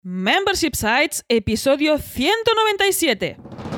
Membership Sites, episodio 197.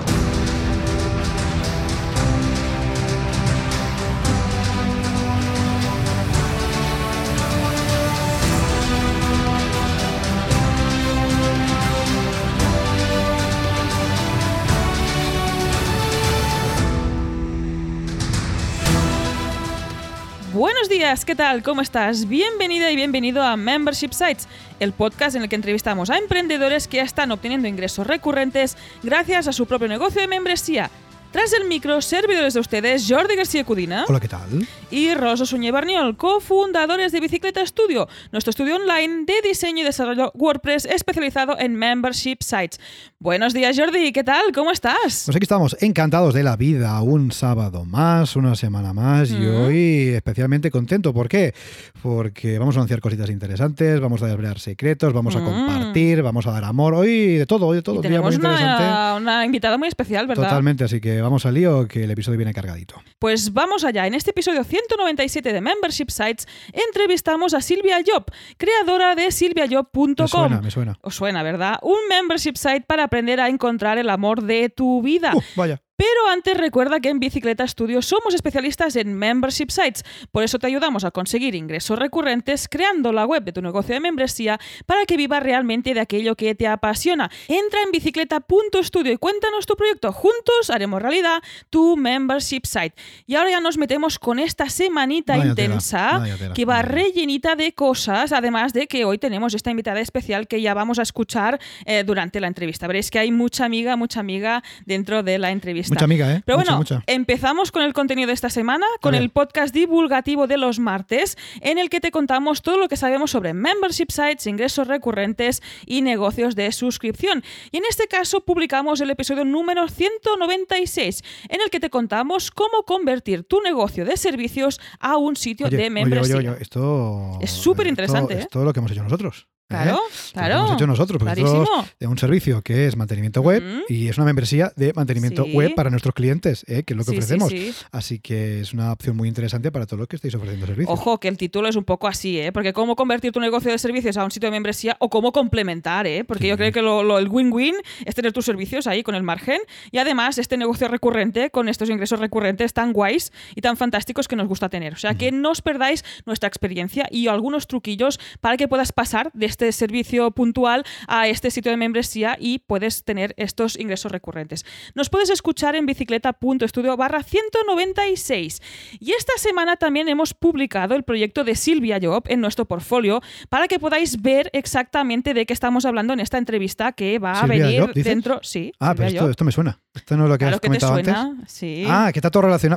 Buenos días, ¿qué tal? ¿Cómo estás? Bienvenida y bienvenido a Membership Sites, el podcast en el que entrevistamos a emprendedores que están obteniendo ingresos recurrentes gracias a su propio negocio de membresía. Tras el micro, servidores de ustedes, Jordi García Cudina. Hola, ¿qué tal? Y Rosa Suñé Barniol, cofundadores de Bicicleta Studio, nuestro estudio online de diseño y desarrollo WordPress especializado en Membership Sites. Buenos días, Jordi, ¿qué tal? ¿Cómo estás? Pues aquí estamos, encantados de la vida, un sábado más, una semana más, y hoy especialmente contento. ¿Por qué? Porque vamos a anunciar cositas interesantes, vamos a desvelar secretos, vamos a compartir, vamos a dar amor, hoy de todo. Y tenemos una invitada muy especial, ¿verdad? Totalmente, así que vamos al lío, que el episodio viene cargadito. Pues vamos allá. En este episodio 197 de Membership Sites entrevistamos a Silvia Llop, creadora de silviajob.com. Me suena. Os suena, ¿verdad? Un membership site para aprender a encontrar el amor de tu vida. Vaya. Pero antes recuerda que en Bicicleta Studio somos especialistas en Membership Sites. Por eso te ayudamos a conseguir ingresos recurrentes creando la web de tu negocio de membresía para que vivas realmente de aquello que te apasiona. Entra en bicicleta.studio y cuéntanos tu proyecto. Juntos haremos realidad tu Membership Site. Y ahora ya nos metemos con esta semanita intensa que va rellenita de cosas, además de que hoy tenemos esta invitada especial que ya vamos a escuchar durante la entrevista. Veréis que hay mucha amiga dentro de la entrevista. Mucha amiga, ¿eh? Pero bueno, mucha. Empezamos con el contenido de esta semana, con el podcast divulgativo de los martes, en el que te contamos todo lo que sabemos sobre membership sites, ingresos recurrentes y negocios de suscripción. Y en este caso publicamos el episodio número 196, en el que te contamos cómo convertir tu negocio de servicios a un sitio de membresía. Oye, esto es súper interesante. Es todo lo que hemos hecho nosotros. Claro. Lo que hemos hecho nosotros, porque nosotros de un servicio que es mantenimiento web y es una membresía de mantenimiento web para nuestros clientes, que es lo que ofrecemos. Sí. Así que es una opción muy interesante para todos los que estáis ofreciendo servicios. Ojo, que el título es un poco así, porque cómo convertir tu negocio de servicios a un sitio de membresía o cómo complementar, porque yo creo que el win-win es tener tus servicios ahí con el margen y además este negocio recurrente con estos ingresos recurrentes tan guays y tan fantásticos que nos gusta tener. O sea, que no os perdáis nuestra experiencia y algunos truquillos para que puedas pasar de este servicio puntual a este sitio de membresía y puedes tener estos ingresos recurrentes. Nos puedes escuchar en bicicleta.studio/196. Y esta semana también hemos publicado el proyecto de Silvia Llop en nuestro portfolio para que podáis ver exactamente de qué estamos hablando en esta entrevista que va a venir Llop, dentro. Sí. Pero esto me suena. Esto no es lo que has comentado antes. Sí. Que está todo relacionado.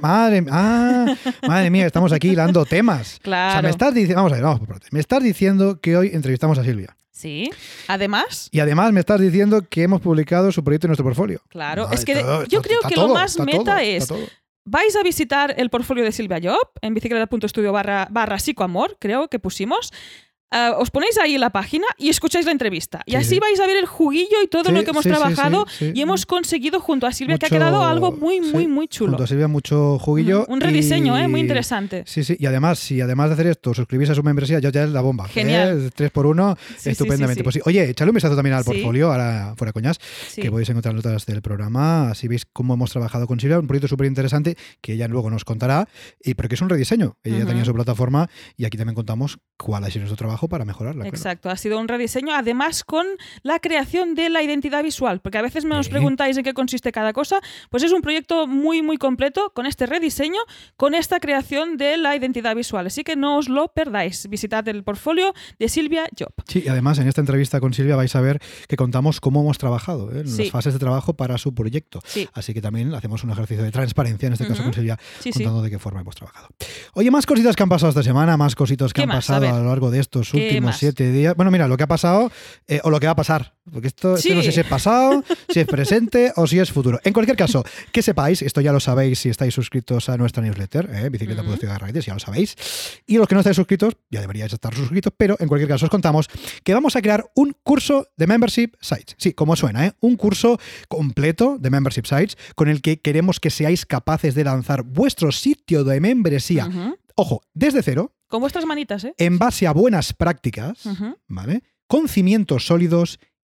Madre mía, estamos aquí hilando temas. Claro. O sea, me estás diciendo, vamos por partes. Me estás diciendo que hoy entrevistamos a Silvia. Sí. Además. Y además me estás diciendo que hemos publicado su proyecto en nuestro portfolio. Claro. Es que yo creo que lo más meta es. Vais a visitar el portfolio de Silvia Llop en bicicleta.studio/psicoamor, creo que pusimos. Os ponéis ahí en la página y escucháis la entrevista. Y así vais a ver el juguillo y todo lo que hemos trabajado y hemos conseguido junto a Silvia, que ha quedado algo muy chulo. Junto a Silvia mucho juguillo. Un rediseño, muy interesante. Sí. Y además, si además de hacer esto, suscribís a su membresía, ya es la bomba. Genial. 3x1, estupendamente. Sí. Pues sí. Oye, echadle un vistazo también al portfolio, ahora fuera coñas, que podéis encontrar notas del programa. Así veis cómo hemos trabajado con Silvia. Un proyecto súper interesante que ella luego nos contará, porque es un rediseño. Ella ya tenía su plataforma y aquí también contamos cuál ha sido nuestro trabajo para mejorarla. Exacto, claro. Ha sido un rediseño, además con la creación de la identidad visual, porque a veces nos preguntáis en qué consiste cada cosa. Pues es un proyecto muy completo con este rediseño, con esta creación de la identidad visual. Así que no os lo perdáis. Visitad el portfolio de Silvia Llop. Sí, y además en esta entrevista con Silvia vais a ver que contamos cómo hemos trabajado en las fases de trabajo para su proyecto. Sí. Así que también hacemos un ejercicio de transparencia, en este caso con Silvia, contando de qué forma hemos trabajado. Oye, más cositas que han pasado esta semana, más cositas que han pasado a lo largo de estos últimos 7 días. Bueno, mira, lo que ha pasado o lo que va a pasar. Porque esto no sé si es pasado, si es presente o si es futuro. En cualquier caso, que sepáis, esto ya lo sabéis si estáis suscritos a nuestra newsletter, bicicleta.studio, ya lo sabéis. Y los que no estáis suscritos, ya deberíais estar suscritos, pero en cualquier caso os contamos que vamos a crear un curso de Membership Sites. Sí, como suena, un curso completo de Membership Sites con el que queremos que seáis capaces de lanzar vuestro sitio de membresía. Ojo, desde cero. Con vuestras manitas, en base a buenas prácticas, ¿vale? Con cimientos sólidos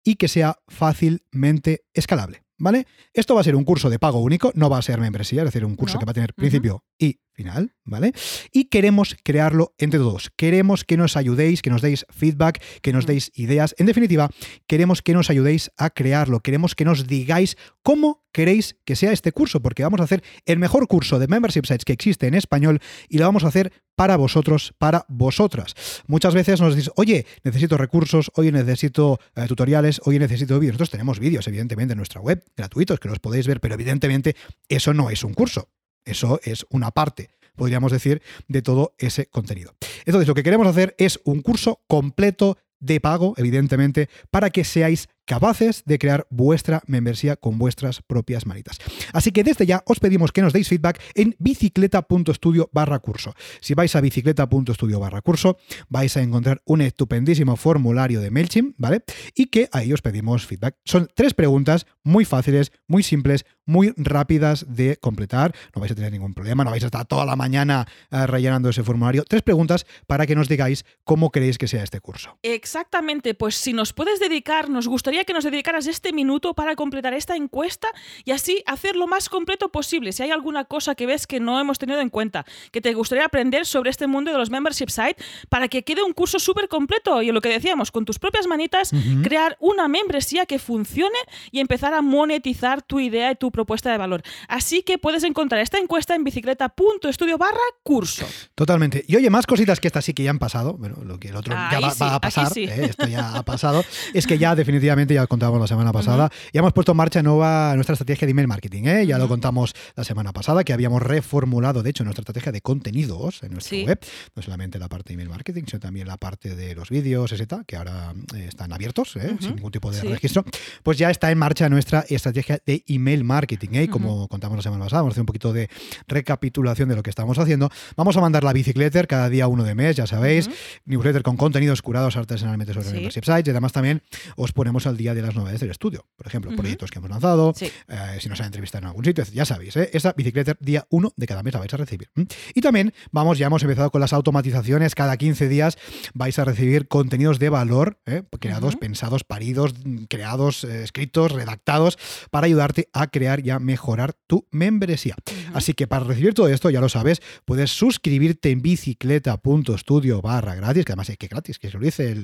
y que sea fácilmente escalable. ¿Vale? Esto va a ser un curso de pago único, no va a ser membresía, es decir, un curso que va a tener principio y final, ¿vale? Y queremos crearlo entre todos. Queremos que nos ayudéis, que nos deis feedback, que nos deis ideas. En definitiva, queremos que nos ayudéis a crearlo. Queremos que nos digáis cómo queréis que sea este curso, porque vamos a hacer el mejor curso de Membership Sites que existe en español y lo vamos a hacer para vosotros, para vosotras. Muchas veces nos decís, oye, necesito recursos, oye, necesito tutoriales, oye, necesito vídeos. Nosotros tenemos vídeos, evidentemente, en nuestra web, gratuitos, que los podéis ver, pero evidentemente eso no es un curso. Eso es una parte, podríamos decir, de todo ese contenido. Entonces, lo que queremos hacer es un curso completo de pago, evidentemente, para que seáis capaces de crear vuestra membresía con vuestras propias manitas. Así que desde ya os pedimos que nos deis feedback en bicicleta.studio/curso. Si vais a bicicleta.studio/curso, vais a encontrar un estupendísimo formulario de MailChimp, ¿vale? Y que ahí os pedimos feedback. Son 3 preguntas muy fáciles, muy simples, muy rápidas de completar. No vais a tener ningún problema, no vais a estar toda la mañana rellenando ese formulario. 3 preguntas para que nos digáis cómo queréis que sea este curso. Exactamente, pues si nos puedes dedicar, nos gustaría que nos dedicaras este minuto para completar esta encuesta y así hacer lo más completo posible. Si hay alguna cosa que ves que no hemos tenido en cuenta, que te gustaría aprender sobre este mundo de los membership sites, para que quede un curso súper completo y lo que decíamos, con tus propias manitas, crear una membresía que funcione y empezar a monetizar tu idea y tu propuesta de valor. Así que puedes encontrar esta encuesta en bicicleta.studio/curso. Totalmente. Y oye, más cositas que estas sí que ya han pasado, bueno, lo que el otro ya va a pasar, sí. Esto ya ha pasado, es que ya definitivamente, ya lo contábamos la semana pasada, ya hemos puesto en marcha nuestra estrategia de email marketing, ya lo contamos la semana pasada, que habíamos reformulado, de hecho, nuestra estrategia de contenidos en nuestra web, no solamente la parte de email marketing, sino también la parte de los vídeos, etc., que ahora están abiertos, sin ningún tipo de registro, pues ya está en marcha nuestra estrategia de email marketing, como contamos la semana pasada. Vamos a hacer un poquito de recapitulación de lo que estamos haciendo. Vamos a mandar la bicicleta cada día 1 de mes, ya sabéis, newsletter con contenidos curados artesanalmente sobre membership sites, y además también os ponemos al día de las novedades del estudio. Por ejemplo, proyectos que hemos lanzado, si nos han entrevistado en algún sitio, ya sabéis, esa bicicleta día 1 de cada mes la vais a recibir. Y también ya hemos empezado con las automatizaciones. Cada 15 días vais a recibir contenidos de valor, creados, pensados, paridos, creados, escritos, redactados, para ayudarte a crear y a mejorar tu membresía. Así que para recibir todo esto, ya lo sabes, puedes suscribirte en bicicleta.studio/gratis, que además es que gratis, que lo dice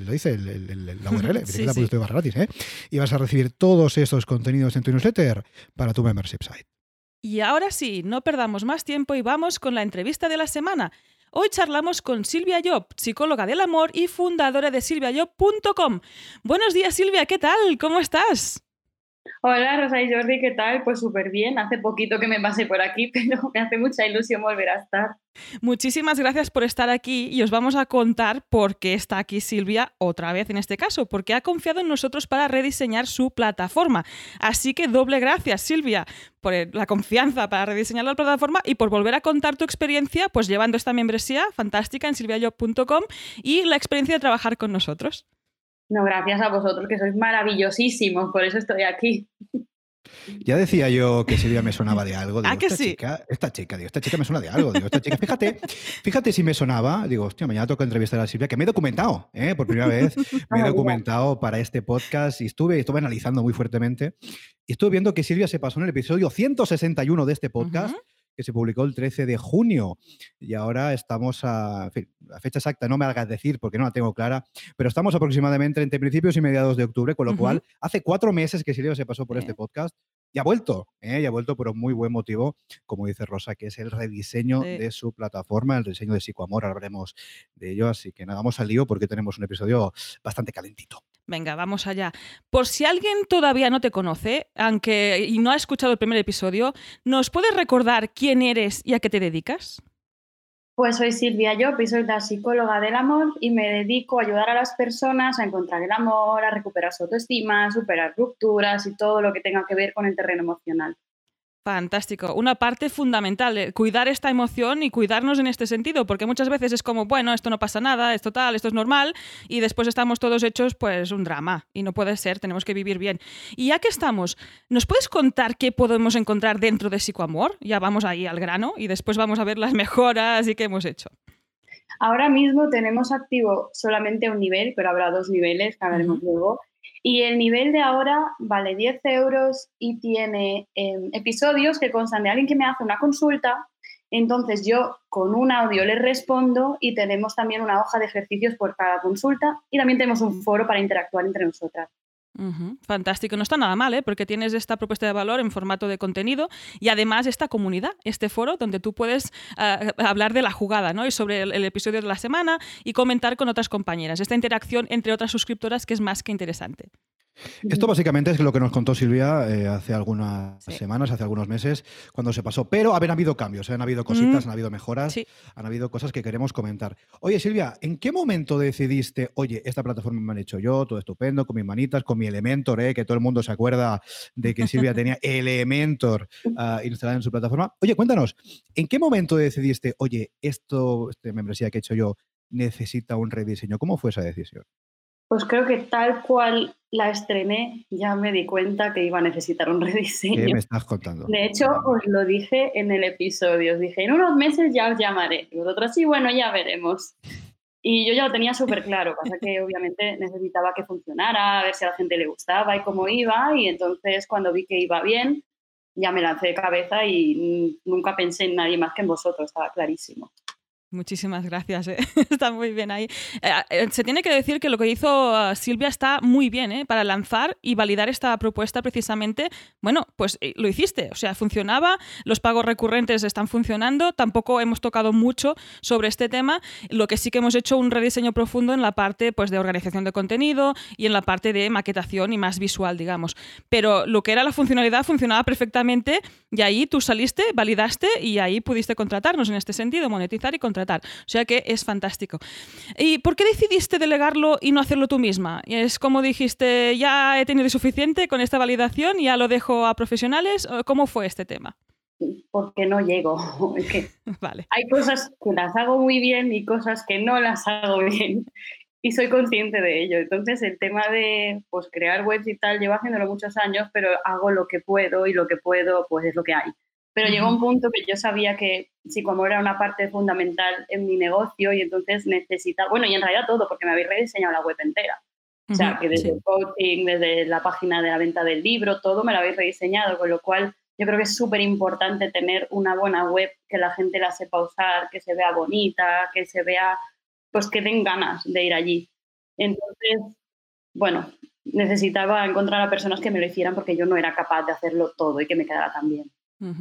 la URL, bicicleta.studio/gratis, y vas a recibir todos estos contenidos en tu newsletter para tu membership site. Y ahora sí, no perdamos más tiempo y vamos con la entrevista de la semana. Hoy charlamos con Silvia Llop, psicóloga del amor y fundadora de silviajob.com. Buenos días, Silvia, ¿qué tal? ¿Cómo estás? Hola, Rosa y Jordi, ¿qué tal? Pues súper bien. Hace poquito que me pasé por aquí, pero me hace mucha ilusión volver a estar. Muchísimas gracias por estar aquí y os vamos a contar por qué está aquí Silvia otra vez en este caso, porque ha confiado en nosotros para rediseñar su plataforma. Así que doble gracias, Silvia, por la confianza para rediseñar la plataforma y por volver a contar tu experiencia pues llevando esta membresía fantástica en silviajob.com y la experiencia de trabajar con nosotros. No, gracias a vosotros, que sois maravillosísimos, por eso estoy aquí. Ya decía yo que Silvia me sonaba de algo. Digo, que sí? Esta chica me suena de algo. Digo, esta chica, fíjate si me sonaba. Digo, hostia, mañana toca entrevistar a Silvia, que me he documentado, por primera vez. Me he documentado para este podcast y estuve analizando muy fuertemente. Y estuve viendo que Silvia se pasó en el episodio 161 de este podcast, que se publicó el 13 de junio. Y ahora estamos en fin, la fecha exacta no me hagas decir porque no la tengo clara, pero estamos aproximadamente entre principios y mediados de octubre, con lo cual hace 4 meses que Silvia se pasó por este podcast y ha vuelto por un muy buen motivo, como dice Rosa, que es el rediseño de su plataforma, el rediseño de Psicoamor. Hablaremos de ello, así que nada, vamos al lío porque tenemos un episodio bastante calentito. Venga, vamos allá. Por si alguien todavía no te conoce, y no ha escuchado el primer episodio, ¿nos puedes recordar quién eres y a qué te dedicas? Pues soy Silvia Llop y soy la psicóloga del amor y me dedico a ayudar a las personas a encontrar el amor, a recuperar su autoestima, a superar rupturas y todo lo que tenga que ver con el terreno emocional. Fantástico. Una parte fundamental, cuidar esta emoción y cuidarnos en este sentido, porque muchas veces es como, bueno, esto no pasa nada, esto es normal, y después estamos todos hechos pues un drama, y no puede ser, tenemos que vivir bien. Y ya que estamos, ¿nos puedes contar qué podemos encontrar dentro de Psicoamor? Ya vamos ahí al grano y después vamos a ver las mejoras y qué hemos hecho. Ahora mismo tenemos activo solamente un nivel, pero habrá 2 niveles que hablaremos luego. Y el nivel de ahora vale 10 euros y tiene episodios que constan de alguien que me hace una consulta. Entonces yo con un audio le respondo y tenemos también una hoja de ejercicios por cada consulta y también tenemos un foro para interactuar entre nosotras. Fantástico, no está nada mal, ¿eh? Porque tienes esta propuesta de valor en formato de contenido y además esta comunidad, este foro donde tú puedes hablar de la jugada, ¿no? Y sobre el episodio de la semana y comentar con otras compañeras. Esta interacción entre otras suscriptoras que es más que interesante. Esto básicamente es lo que nos contó Silvia hace algunas semanas, hace algunos meses, cuando se pasó. Pero han habido cambios, han habido cositas, han habido mejoras, han habido cosas que queremos comentar. Oye, Silvia, ¿en qué momento decidiste, oye, esta plataforma me han hecho yo, todo estupendo, con mis manitas, con mi Elementor, que todo el mundo se acuerda de que Silvia tenía Elementor instalado en su plataforma? Oye, cuéntanos, ¿en qué momento decidiste, oye, esta membresía que he hecho yo necesita un rediseño? ¿Cómo fue esa decisión? Pues creo que tal cual la estrené, ya me di cuenta que iba a necesitar un rediseño. ¿Qué me estás contando? De hecho, os lo dije en el episodio. Os dije, en unos meses ya os llamaré. Y vosotros, sí, bueno, ya veremos. Y yo ya lo tenía súper claro. Pasa que obviamente necesitaba que funcionara, a ver si a la gente le gustaba y cómo iba. Y entonces, cuando vi que iba bien, ya me lancé de cabeza y nunca pensé en nadie más que en vosotros. Estaba clarísimo. Muchísimas gracias, está muy bien ahí. Se tiene que decir que lo que hizo Silvia está muy bien para lanzar y validar esta propuesta precisamente. Bueno, pues lo hiciste, o sea, funcionaba, los pagos recurrentes están funcionando, tampoco hemos tocado mucho sobre este tema, lo que sí que hemos hecho un rediseño profundo en la parte pues, de organización de contenido y en la parte de maquetación y más visual, digamos. Pero lo que era la funcionalidad funcionaba perfectamente y ahí tú saliste, validaste y ahí pudiste contratarnos en este sentido, monetizar y contratar. O sea que es fantástico. ¿Y por qué decidiste delegarlo y no hacerlo tú misma? Es como dijiste, ya he tenido suficiente con esta validación y ya lo dejo a profesionales. ¿Cómo fue este tema? Porque no llego. Es que vale. Hay cosas que las hago muy bien y cosas que no las hago bien. Y soy consciente de ello. Entonces, el tema de pues, crear webs y tal, llevo haciéndolo muchos años, pero hago lo que puedo y lo que puedo pues es lo que hay. Pero llegó un punto que yo sabía que Psychoamor era una parte fundamental en mi negocio y entonces necesitaba, bueno, y en realidad todo, porque me habéis rediseñado la web entera. O sea, que desde el coaching, desde la página de la venta del libro, todo me lo habéis rediseñado, con lo cual yo creo que es súper importante tener una buena web, que la gente la sepa usar, que se vea bonita, que se vea, pues que den ganas de ir allí. Entonces, bueno, necesitaba encontrar a personas que me lo hicieran porque yo no era capaz de hacerlo todo y que me quedara tan bien.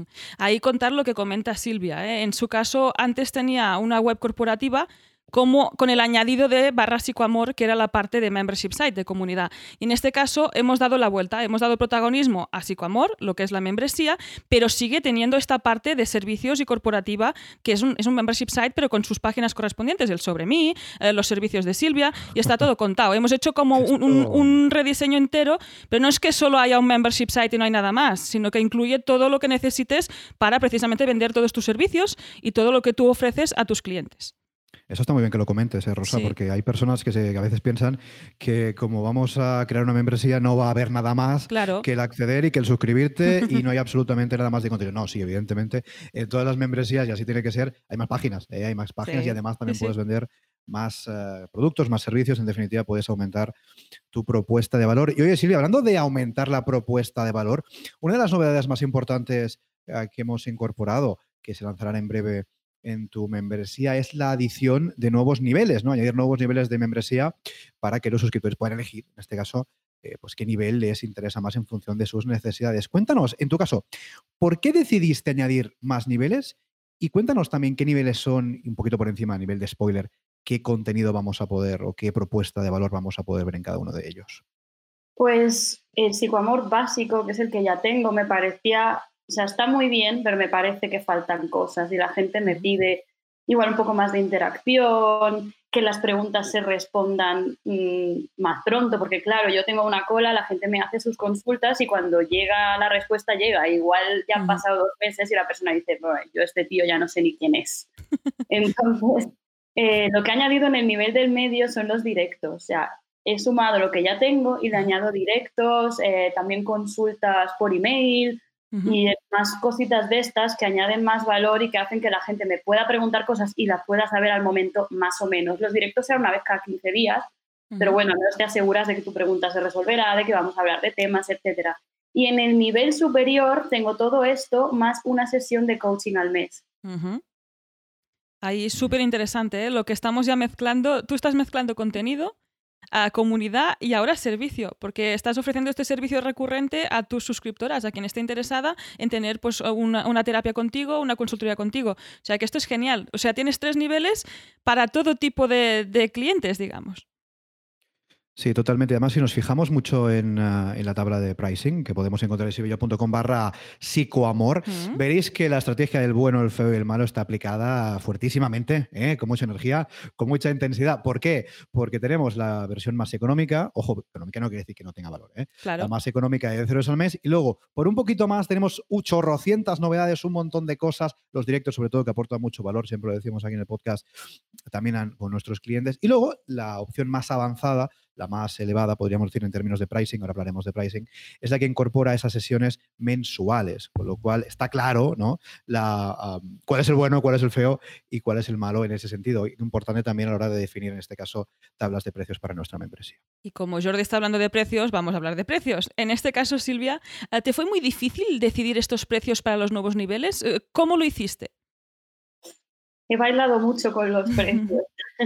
Ahí contar lo que comenta Silvia. En su caso, antes tenía una web corporativa como con el añadido de /Psychoamor, que era la parte de membership site, de comunidad. Y en este caso hemos dado la vuelta, hemos dado protagonismo a Psychoamor, lo que es la membresía, pero sigue teniendo esta parte de servicios y corporativa, que es un membership site, pero con sus páginas correspondientes, el sobre mí, los servicios de Silvia, y está todo contado. Hemos hecho como un rediseño entero, pero no es que solo haya un membership site y no hay nada más, sino que incluye todo lo que necesites para precisamente vender todos tus servicios y todo lo que tú ofreces a tus clientes. Eso está muy bien que lo comentes, Rosa, porque hay personas que a veces piensan que como vamos a crear una membresía no va a haber nada más que el acceder y que el suscribirte y no hay absolutamente nada más de contenido. No, sí, evidentemente, en todas las membresías, y así tiene que ser, hay más páginas y además también puedes vender más productos, más servicios. En definitiva, puedes aumentar tu propuesta de valor. Y oye, Silvia, hablando de aumentar la propuesta de valor, una de las novedades más importantes que hemos incorporado, que se lanzarán en breve en tu membresía, es la adición de nuevos niveles, ¿no? Añadir nuevos niveles de membresía para que los suscriptores puedan elegir, en este caso, pues qué nivel les interesa más en función de sus necesidades. Cuéntanos, en tu caso, ¿por qué decidiste añadir más niveles? Y cuéntanos también qué niveles son, un poquito por encima, a nivel de spoiler, qué contenido vamos a poder o qué propuesta de valor vamos a poder ver en cada uno de ellos. Pues el Psychoamor básico, que es el que ya tengo, me parecía... O sea, está muy bien, pero me parece que faltan cosas y la gente me pide igual un poco más de interacción, que las preguntas se respondan más pronto, porque claro, yo tengo una cola, la gente me hace sus consultas y cuando llega la respuesta llega. Igual ya han pasado 2 meses y la persona dice, bueno, yo este tío ya no sé ni quién es. Entonces, lo que he añadido en el nivel del medio son los directos. O sea, he sumado lo que ya tengo y le añado directos, también consultas por email, y más cositas de estas que añaden más valor y que hacen que la gente me pueda preguntar cosas y las pueda saber al momento más o menos. Los directos eran una vez cada 15 días Pero bueno, al menos te aseguras de que tu pregunta se resolverá, de que vamos a hablar de temas, etcétera. Y en el nivel superior tengo todo esto más una sesión de coaching al mes. Ahí es súper interesante, ¿eh? Lo que estamos ya mezclando, tú estás mezclando contenido, a comunidad y ahora servicio, porque estás ofreciendo este servicio recurrente a tus suscriptoras, a quien esté interesada en tener pues, una terapia contigo, una consultoría contigo. O sea que esto es genial. O sea, tienes 3 niveles para todo tipo de clientes, digamos. Sí, totalmente. Además, si nos fijamos mucho en la tabla de pricing, que podemos encontrar en silviayo.com/psicoamor, veréis que la estrategia del bueno, el feo y el malo está aplicada fuertísimamente, con mucha energía, con mucha intensidad. ¿Por qué? Porque tenemos la versión más económica, ojo, económica no quiere decir que no tenga valor, claro. La más económica de 10 euros al mes, y luego, por un poquito más, tenemos chorrocientas novedades, un montón de cosas, los directos sobre todo, que aportan mucho valor, siempre lo decimos aquí en el podcast, también con nuestros clientes. Y luego, la opción más avanzada, la más elevada, podríamos decir en términos de pricing, ahora hablaremos de pricing, es la que incorpora esas sesiones mensuales, con lo cual está claro, ¿no? Cuál es el bueno, cuál es el feo y cuál es el malo en ese sentido. Importante también a la hora de definir, en este caso, tablas de precios para nuestra membresía. Y como Jordi está hablando de precios, vamos a hablar de precios. En este caso, Silvia, ¿te fue muy difícil decidir estos precios para los nuevos niveles? ¿Cómo lo hiciste? He bailado mucho con los precios.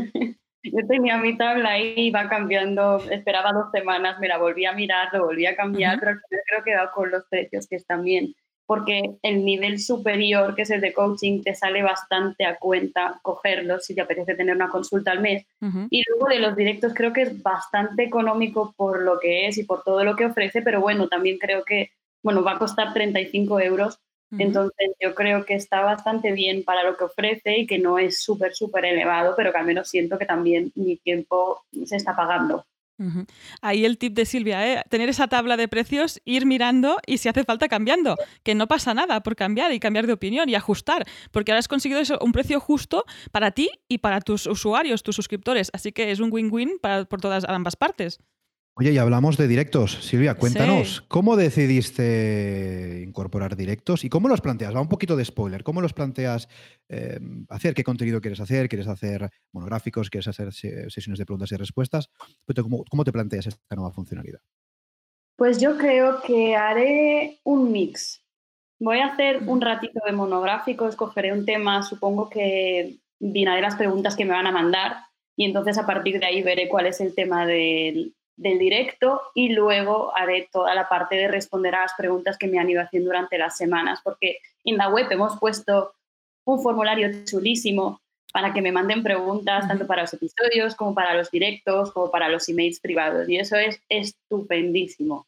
Yo tenía mi tabla ahí, iba cambiando, esperaba 2 semanas, me la volví a mirar, lo volví a cambiar, pero al final creo que va con los precios que están bien, porque el nivel superior, que es el de coaching, te sale bastante a cuenta cogerlo si te apetece tener una consulta al mes. Y luego de los directos creo que es bastante económico por lo que es y por todo lo que ofrece, pero bueno, también creo que va a costar 35 euros. Entonces yo creo que está bastante bien para lo que ofrece y que no es súper elevado, pero que al menos siento que también mi tiempo se está pagando. Ahí el tip de Silvia, tener esa tabla de precios, ir mirando y si hace falta cambiando, que no pasa nada por cambiar y cambiar de opinión y ajustar, porque ahora has conseguido eso, un precio justo para ti y para tus usuarios, tus suscriptores, así que es un win-win por ambas partes. Oye, y hablamos de directos. Silvia, cuéntanos, ¿cómo decidiste incorporar directos y cómo los planteas? Va un poquito de spoiler. ¿Cómo los planteas hacer? ¿Qué contenido quieres hacer? ¿Quieres hacer monográficos? ¿Quieres hacer sesiones de preguntas y respuestas? ¿Cómo te planteas esta nueva funcionalidad? Pues yo creo que haré un mix. Voy a hacer un ratito de monográfico, escogeré un tema, supongo que miraré las preguntas que me van a mandar y entonces a partir de ahí veré cuál es el tema del directo y luego haré toda la parte de responder a las preguntas que me han ido haciendo durante las semanas, porque en la web hemos puesto un formulario chulísimo para que me manden preguntas tanto para los episodios como para los directos como para los emails privados y eso es estupendísimo.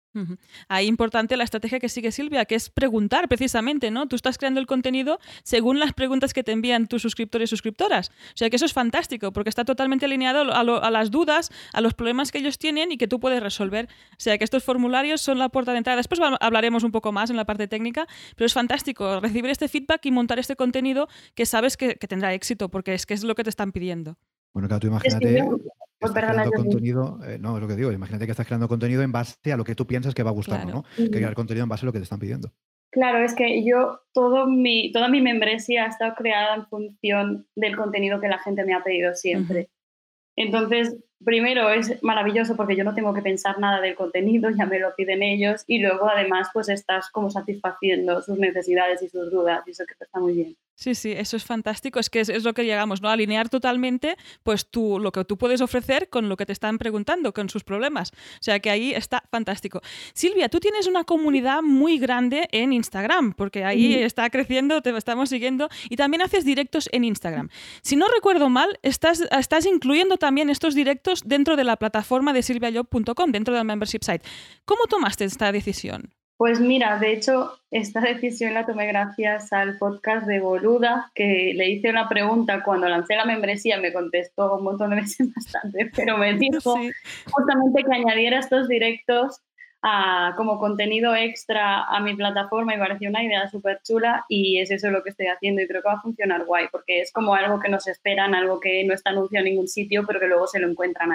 Ahí importante la estrategia que sigue Silvia, que es preguntar precisamente, ¿no? Tú estás creando el contenido según las preguntas que te envían tus suscriptores y suscriptoras. O sea que eso es fantástico, porque está totalmente alineado a las dudas, a los problemas que ellos tienen y que tú puedes resolver. O sea que estos formularios son la puerta de entrada. Después hablaremos un poco más en la parte técnica, pero es fantástico recibir este feedback y montar este contenido que sabes que tendrá éxito, porque es que es lo que te están pidiendo. Bueno, claro, tú imagínate... Estás creando contenido, no, es lo que digo, imagínate que estás creando contenido en base a lo que tú piensas que va a gustar, ¿no? Que crear contenido en base a lo que te están pidiendo. Claro, es que yo, toda mi membresía ha estado creada en función del contenido que la gente me ha pedido siempre. Entonces, primero es maravilloso porque yo no tengo que pensar nada del contenido, ya me lo piden ellos y luego además pues estás como satisfaciendo sus necesidades y sus dudas y eso que está muy bien. Sí, eso es fantástico, es que es lo que llegamos, ¿no? Alinear totalmente pues lo que tú puedes ofrecer con lo que te están preguntando, con sus problemas. O sea que ahí está fantástico. Silvia, tú tienes una comunidad muy grande en Instagram, porque ahí está creciendo, te estamos siguiendo, y también haces directos en Instagram. Si no recuerdo mal, estás incluyendo también estos directos dentro de la plataforma de silviayo.com, dentro del membership site. ¿Cómo tomaste esta decisión? Pues mira, de hecho, esta decisión la tomé gracias al podcast de Boluda, que le hice una pregunta cuando lancé la membresía, me contestó un montón de veces bastante, pero me dijo justamente que añadiera estos directos como contenido extra a mi plataforma y me pareció una idea súper chula y es eso lo que estoy haciendo y creo que va a funcionar guay, porque es como algo que nos esperan, algo que no está anunciado en ningún sitio, pero que luego se lo encuentran ahí.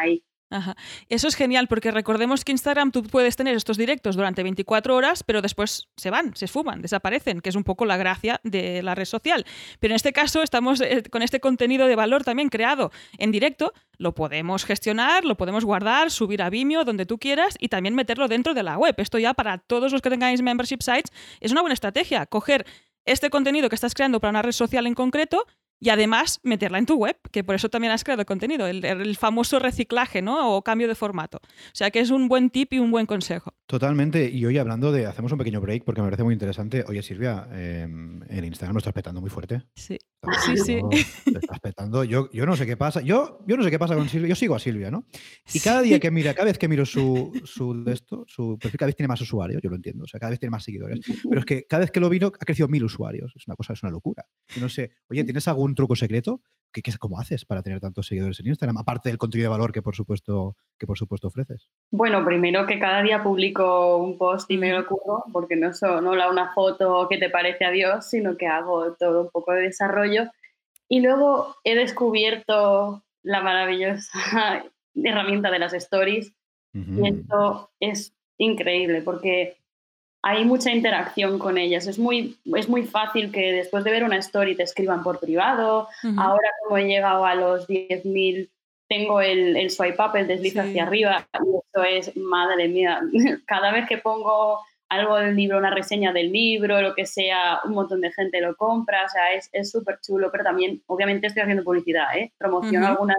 Ajá. Eso es genial, porque recordemos que Instagram tú puedes tener estos directos durante 24 horas, pero después se van, se esfuman, desaparecen, que es un poco la gracia de la red social. Pero en este caso estamos con este contenido de valor también creado en directo, lo podemos gestionar, lo podemos guardar, subir a Vimeo, donde tú quieras, y también meterlo dentro de la web. Esto ya para todos los que tengáis membership sites es una buena estrategia, coger este contenido que estás creando para una red social en concreto y además meterla en tu web, que por eso también has creado contenido, el famoso reciclaje, ¿no? O cambio de formato. O sea que es un buen tip y un buen consejo. Totalmente. Y hoy hablando de, hacemos un pequeño break porque me parece muy interesante. Oye, Silvia, el Instagram lo estás petando muy fuerte. Sí. Sí. Lo estás petando. Yo no sé qué pasa. Yo no sé qué pasa con Silvia. Yo sigo a Silvia, ¿no? Y cada día que mira, cada vez que miro su perfil, cada vez tiene más usuarios, yo lo entiendo. O sea, cada vez tiene más seguidores. Pero es que cada vez que lo miro ha crecido 1000 usuarios. Es una locura. Yo no sé. Oye, ¿tienes algún truco secreto? ¿Cómo haces para tener tantos seguidores en Instagram? Aparte del contenido de valor que por supuesto ofreces. Bueno, primero que cada día publico un post y me lo curro, porque no la una foto que te parece a Dios, sino que hago todo un poco de desarrollo. Y luego he descubierto la maravillosa herramienta de las stories. Y esto es increíble porque hay mucha interacción con ellas. Es muy fácil que después de ver una story te escriban por privado. Ahora, como he llegado a los 10.000, tengo el swipe up, el desliz hacia arriba. Y eso es, madre mía, cada vez que pongo algo del libro, una reseña del libro, lo que sea, un montón de gente lo compra. O sea, es súper chulo, pero también, obviamente, estoy haciendo publicidad, promociono algunas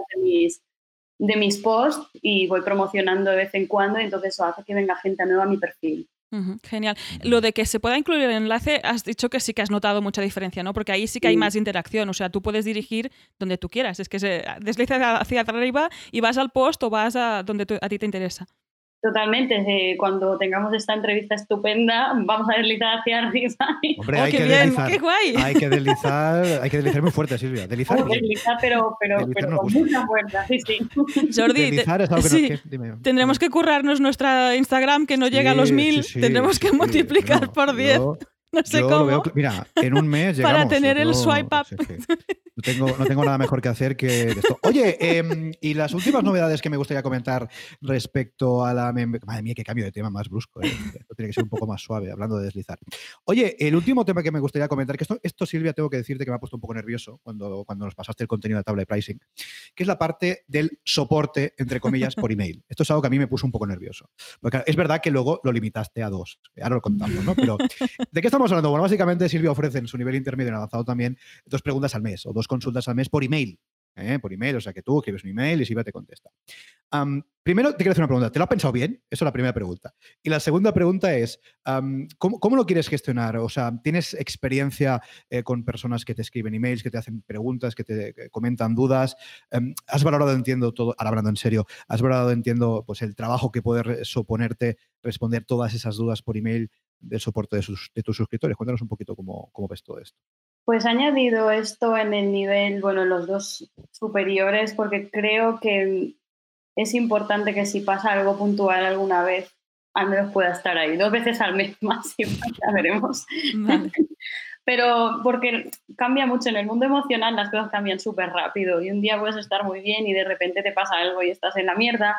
de mis posts y voy promocionando de vez en cuando, y entonces eso hace que venga gente nueva a mi perfil. Genial. Lo de que se pueda incluir el enlace, has dicho que sí que has notado mucha diferencia, ¿no? Porque ahí sí que hay más interacción, o sea, tú puedes dirigir donde tú quieras, es que se desliza hacia arriba y vas al post o vas a donde a ti te interesa. Totalmente. Cuando tengamos esta entrevista estupenda, vamos a deslizar hacia arriba. Hombre, hay que deslizar. ¡Qué guay! Hay que deslizar muy fuerte, Silvia. Deslizar pero con mucha fuerza, sí. Jordi, deslizar es algo que dime. Tendremos que currarnos nuestra Instagram, que no llega a los 1000. Tendremos que multiplicar por 10. No sé cómo. Mira, en un mes llegamos. Para tener el swipe up. No tengo nada mejor que hacer que esto. Oye, y las últimas novedades que me gustaría comentar respecto a la... Madre mía, qué cambio de tema más brusco. Esto tiene que ser un poco más suave, hablando de deslizar. Oye, el último tema que me gustaría comentar, que esto Silvia, tengo que decirte que me ha puesto un poco nervioso cuando nos pasaste el contenido de la tabla de pricing, que es la parte del soporte, entre comillas, por email. Esto es algo que a mí me puso un poco nervioso. Porque es verdad que luego lo limitaste a 2. Ahora lo contamos, ¿no? Pero, ¿de qué estamos hablando? Bueno, básicamente Silvia ofrece en su nivel intermedio y avanzado también 2 preguntas al mes o 2 consultas al mes por email. Por email, o sea que tú escribes un email y Silvia te contesta. Primero te quiero hacer una pregunta. ¿Te lo has pensado bien? Esa es la primera pregunta. Y la segunda pregunta es, ¿cómo lo quieres gestionar? O sea, ¿tienes experiencia con personas que te escriben emails, que te hacen preguntas, que te comentan dudas? ¿Has valorado, entiendo, todo, ahora hablando en serio, has valorado, entiendo, pues el trabajo que puede suponerte responder todas esas dudas por email del soporte de tus suscriptores? Cuéntanos un poquito cómo ves todo esto. Pues he añadido esto en el nivel, en los 2 superiores, porque creo que es importante que si pasa algo puntual alguna vez, al menos pueda estar ahí. 2 veces al mes máximo, ya veremos. Vale. Pero porque cambia mucho en el mundo emocional, las cosas cambian súper rápido y un día puedes estar muy bien y de repente te pasa algo y estás en la mierda.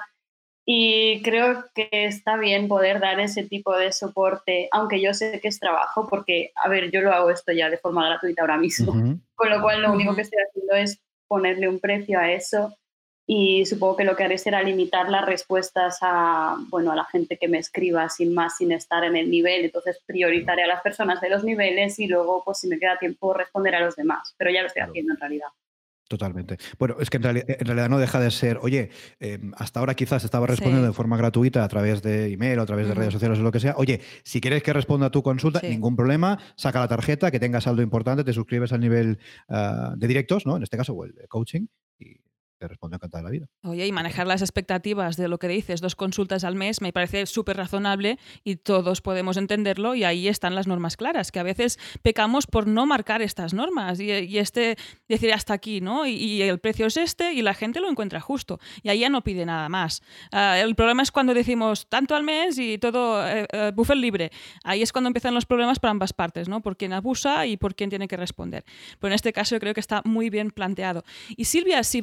Y creo que está bien poder dar ese tipo de soporte, aunque yo sé que es trabajo, porque, a ver, yo lo hago eesto ya de forma gratuita ahora mismo, con lo cual lo único que estoy haciendo es ponerle un precio a eso, y supongo que lo que haré será limitar las respuestas a la gente que me escriba sin estar en el nivel. Entonces priorizaré a las personas de los niveles y luego, pues si me queda tiempo, responder a los demás, pero ya lo estoy haciendo en realidad. Totalmente. Bueno, es que en realidad no deja de ser, oye, hasta ahora quizás estaba respondiendo de forma gratuita a través de email o a través de redes sociales o lo que sea. Oye, si quieres que responda a tu consulta, ningún problema, saca la tarjeta, que tenga saldo importante, te suscribes al nivel de directos, ¿no? En este caso, o el de coaching, y te respondo encantada de la vida. Oye, y manejar las expectativas de lo que dices, 2 consultas al mes, me parece súper razonable y todos podemos entenderlo, y ahí están las normas claras, que a veces pecamos por no marcar estas normas y decir hasta aquí, ¿no? Y el precio es este y la gente lo encuentra justo y ahí ya no pide nada más. El problema es cuando decimos tanto al mes y todo buffet libre. Ahí es cuando empiezan los problemas para ambas partes, ¿no? Por quién abusa y por quién tiene que responder. Pero en este caso yo creo que está muy bien planteado. Y Silvia, si vamos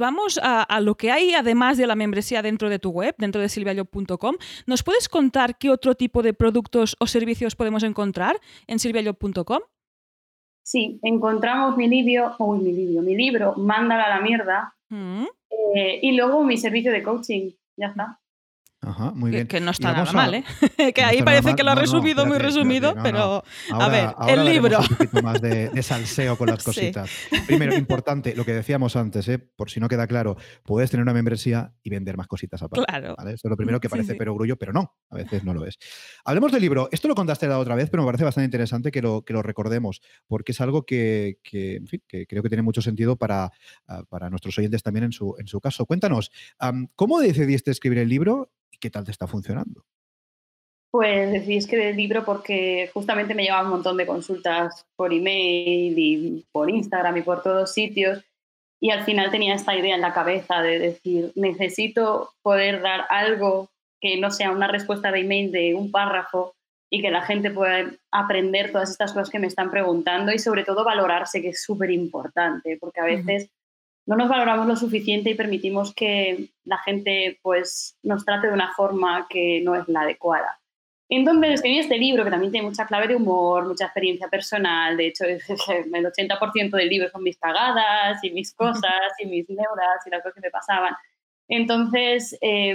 a lo que hay además de la membresía dentro de tu web, dentro de silviajob.com. ¿Nos puedes contar qué otro tipo de productos o servicios podemos encontrar en silviajob.com? Sí, encontramos mi libro, Mándala a la mierda, y luego mi servicio de coaching, ya está. Ajá, muy bien. Que no está nada mal, ¿eh? Que ahí parece que lo ha resumido muy resumido, pero a ver, el libro. Un poquito más de salseo con las cositas. Sí. Primero, importante, lo que decíamos antes, por si no queda claro, puedes tener una membresía y vender más cositas aparte. Claro. ¿vale? Esto es lo primero que parece perogrullo, pero no, a veces no lo es. Hablemos del libro. Esto lo contaste la otra vez, pero me parece bastante interesante que lo recordemos, porque es algo que creo que tiene mucho sentido para nuestros oyentes también en su caso. Cuéntanos, ¿cómo decidiste escribir el libro? ¿Y qué tal te está funcionando? Pues decidí escribir el libro porque justamente me llevaban un montón de consultas por email y por Instagram y por todos sitios, y al final tenía esta idea en la cabeza de decir, necesito poder dar algo que no sea una respuesta de email de un párrafo y que la gente pueda aprender todas estas cosas que me están preguntando y sobre todo valorarse, que es súper importante, porque a veces no nos valoramos lo suficiente y permitimos que la gente pues, nos trate de una forma que no es la adecuada. Entonces escribí este libro que también tiene mucha clave de humor, mucha experiencia personal. De hecho, el 80% del libro son mis cagadas y mis cosas y mis neuras y las cosas que me pasaban. Entonces,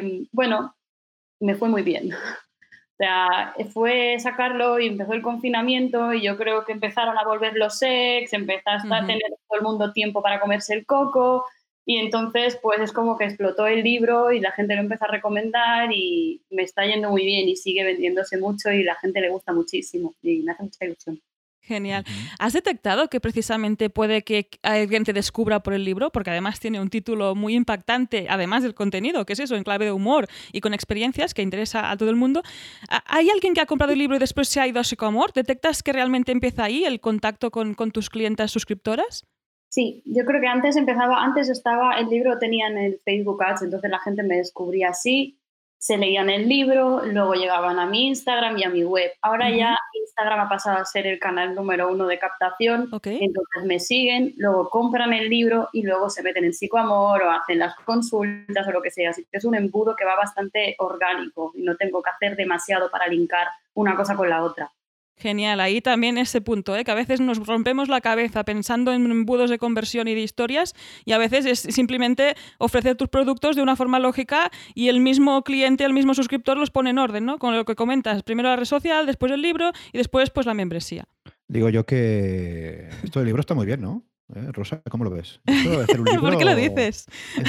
me fue muy bien. O sea, fue sacarlo y empezó el confinamiento y yo creo que empezaron a volver los sex, empezaste a tener todo el mundo tiempo para comerse el coco y entonces pues es como que explotó el libro y la gente lo empezó a recomendar y me está yendo muy bien y sigue vendiéndose mucho y la gente le gusta muchísimo y me hace mucha ilusión. Genial. ¿Has detectado que precisamente puede que alguien te descubra por el libro? Porque además tiene un título muy impactante, además del contenido, que es eso, en clave de humor y con experiencias que interesa a todo el mundo. ¿Hay alguien que ha comprado el libro y después se ha ido a Psicoamor? ¿Detectas que realmente empieza ahí el contacto con tus clientas suscriptoras? Sí, yo creo que antes estaba, el libro tenía en el Facebook Ads, entonces la gente me descubría así. Se leían el libro, luego llegaban a mi Instagram y a mi web. Ahora ya Instagram ha pasado a ser el canal número 1 de captación, entonces me siguen, luego compran el libro y luego se meten en Psicoamor o hacen las consultas o lo que sea. Así que es un embudo que va bastante orgánico y no tengo que hacer demasiado para linkar una cosa con la otra. Genial, ahí también ese punto, que a veces nos rompemos la cabeza pensando en embudos de conversión y de historias y a veces es simplemente ofrecer tus productos de una forma lógica y el mismo cliente, el mismo suscriptor los pone en orden, ¿no? Con lo que comentas, primero la red social, después el libro y después pues la membresía. Digo yo que esto del libro está muy bien, ¿no? Rosa, ¿cómo lo ves? ¿Esto de hacer un libro... ¿Por qué lo dices?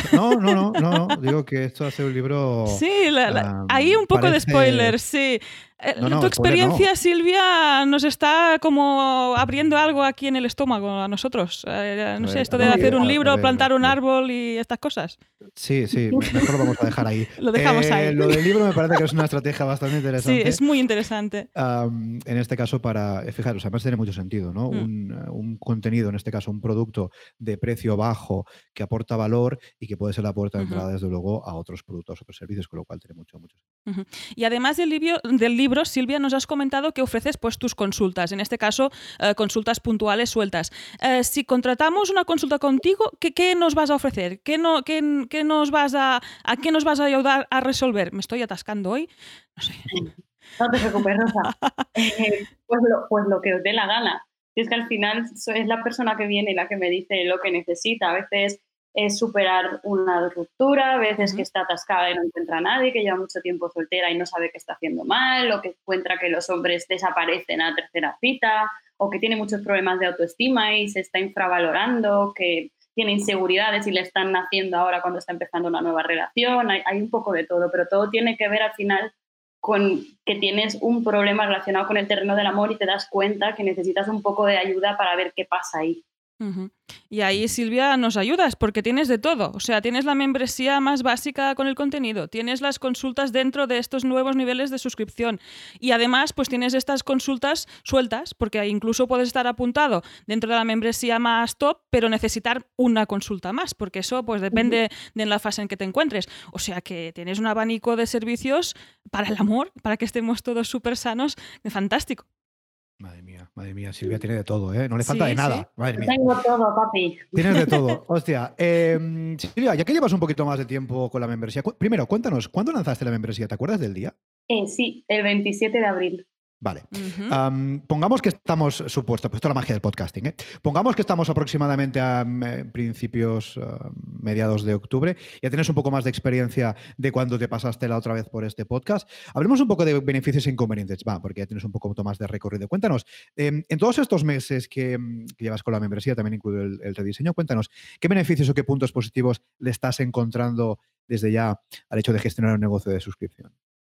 No. Digo que esto de hacer un libro... Sí, hay un poco de spoiler, sí. Tu experiencia, Silvia, nos está como abriendo algo aquí en el estómago a nosotros. No sé, esto de hacer un libro, plantar un árbol y estas cosas. Sí, mejor lo vamos a dejar ahí. Lo dejamos ahí. Lo del libro me parece que es una estrategia bastante interesante. Sí, es muy interesante. En este caso, fijaros, además tiene mucho sentido, ¿no? Un contenido, en este caso un producto de precio bajo que aporta valor y que puede ser la puerta de entrada, desde luego, a otros productos, otros servicios, con lo cual tiene mucho sentido. Y además del libro, Silvia, nos has comentado que ofreces pues tus consultas, en este caso consultas puntuales sueltas. Si contratamos una consulta contigo, ¿qué nos vas a ofrecer? ¿A qué nos vas a ayudar a resolver? Me estoy atascando hoy. No sé. No te preocupes, Rosa. Pues lo que os dé la gana. Es que al final es la persona que viene la que me dice lo que necesita. A veces es superar una ruptura, a veces que está atascada y no encuentra a nadie, que lleva mucho tiempo soltera y no sabe qué está haciendo mal, o que encuentra que los hombres desaparecen a la tercera cita, o que tiene muchos problemas de autoestima y se está infravalorando, que tiene inseguridades y le están naciendo ahora cuando está empezando una nueva relación. Hay un poco de todo, pero todo tiene que ver al final con que tienes un problema relacionado con el terreno del amor y te das cuenta que necesitas un poco de ayuda para ver qué pasa ahí. Y ahí, Silvia, nos ayudas porque tienes de todo. O sea, tienes la membresía más básica con el contenido, tienes las consultas dentro de estos nuevos niveles de suscripción y además pues tienes estas consultas sueltas porque incluso puedes estar apuntado dentro de la membresía más top pero necesitar una consulta más porque eso pues depende de la fase en que te encuentres. O sea que tienes un abanico de servicios para el amor, para que estemos todos súper sanos, fantástico. Madre mía. Madre mía, Silvia tiene de todo, ¿eh? No le falta de nada. Sí. Madre mía. Tengo todo, papi. Tienes de todo. Hostia. Silvia, ya que llevas un poquito más de tiempo con la membresía, primero, cuéntanos, ¿cuándo lanzaste la membresía? ¿Te acuerdas del día? Sí, el 27 de abril. Vale. Pongamos que estamos, supuesto, pues esto es la magia del podcasting, ¿eh? Pongamos que estamos aproximadamente a principios, mediados de octubre. Ya tienes un poco más de experiencia de cuando te pasaste la otra vez por este podcast. Hablemos un poco de beneficios e inconvenientes, porque ya tienes un poco más de recorrido. Cuéntanos, en todos estos meses que llevas con la membresía, también incluido el rediseño, cuéntanos, ¿qué beneficios o qué puntos positivos le estás encontrando desde ya al hecho de gestionar un negocio de suscripción?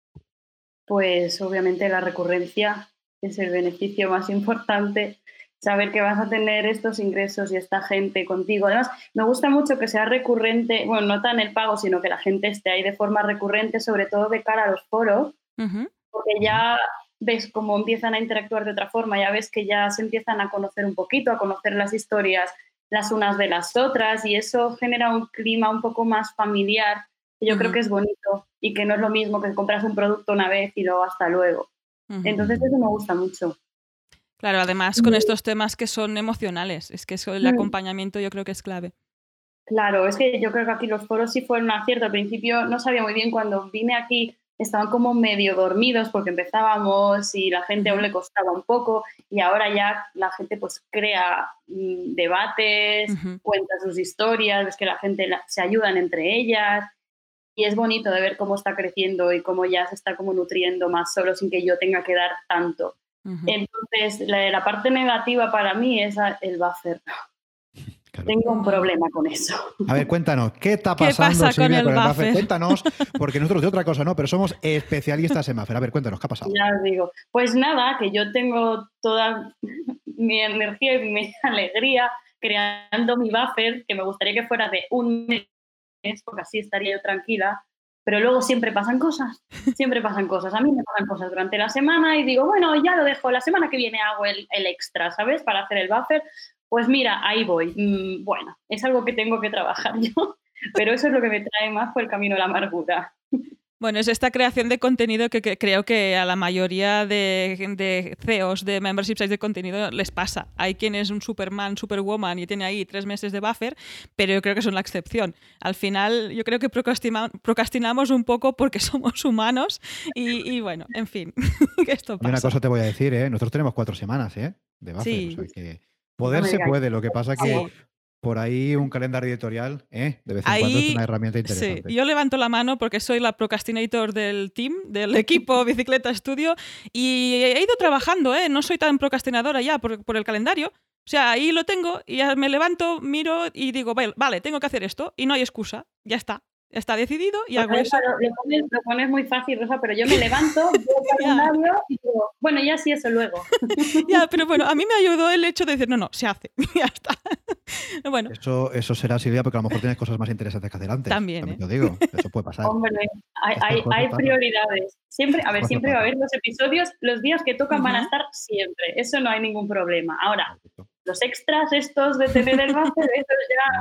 Pues obviamente la recurrencia es el beneficio más importante, saber que vas a tener estos ingresos y esta gente contigo. Además, me gusta mucho que sea recurrente, bueno, no tan el pago, sino que la gente esté ahí de forma recurrente, sobre todo de cara a los foros, porque ya ves cómo empiezan a interactuar de otra forma, ya ves que ya se empiezan a conocer un poquito, a conocer las historias las unas de las otras, y eso genera un clima un poco más familiar. Yo creo que es bonito y que no es lo mismo que compras un producto una vez y luego hasta luego. Entonces eso me gusta mucho. Claro, además con estos temas que son emocionales, es que el acompañamiento yo creo que es clave. Claro, es que yo creo que aquí los foros sí fueron un acierto. Al principio no sabía muy bien, cuando vine aquí estaban como medio dormidos porque empezábamos y la gente aún le costaba un poco, y ahora ya la gente pues crea debates, cuenta sus historias, ves que la gente se ayudan entre ellas. Y es bonito de ver cómo está creciendo y cómo ya se está como nutriendo más solo sin que yo tenga que dar tanto. Entonces, la parte negativa para mí es el buffer. Claro. Tengo un problema con eso. A ver, cuéntanos, ¿qué está pasando, Silvia, con el buffer? Cuéntanos, porque nosotros de otra cosa no, pero somos especialistas en buffer. A ver, cuéntanos, ¿qué ha pasado? Ya os digo. Pues nada, que yo tengo toda mi energía y mi alegría creando mi buffer, que me gustaría que fuera de un mes, porque así estaría yo tranquila, pero luego siempre pasan cosas. A mí me pasan cosas durante la semana y digo, bueno, ya lo dejo, la semana que viene hago el extra, ¿sabes? Para hacer el buffer. Pues mira, ahí voy. Bueno, es algo que tengo que trabajar yo, pero eso es lo que me trae más por el camino de la amargura. Bueno, es esta creación de contenido que creo que a la mayoría de CEOs de membership sites de contenido les pasa. Hay quien es un Superman, Superwoman y tiene ahí 3 meses de buffer, pero yo creo que son la excepción. Al final yo creo que procrastinamos un poco porque somos humanos y bueno, en fin, que esto pasa. Y una cosa te voy a decir, nosotros tenemos 4 semanas de buffer, sí. O sea que poder se puede, lo que pasa que por ahí un calendario editorial, de vez en cuando es una herramienta interesante. Sí. Yo levanto la mano porque soy la procrastinator del team, del equipo Bicicleta Studio, y he ido trabajando, no soy tan procrastinadora ya por el calendario. O sea, ahí lo tengo y ya me levanto, miro y digo, vale, tengo que hacer esto y no hay excusa, ya está. Está decidido y hago eso. Lo pones muy fácil, Rosa, pero yo me levanto, veo el calendario y digo, bueno, ya sí, eso luego. Ya, pero bueno, a mí me ayudó el hecho de decir, no, se hace, ya está. Bueno. Eso será, Silvia, porque a lo mejor tienes cosas más interesantes que hacer antes. También te digo, eso puede pasar. Hombre, hay prioridades. Siempre va a haber los episodios, los días que tocan van a estar siempre. Eso no hay ningún problema. Ahora, los extras estos de tener el buffer, eso ya,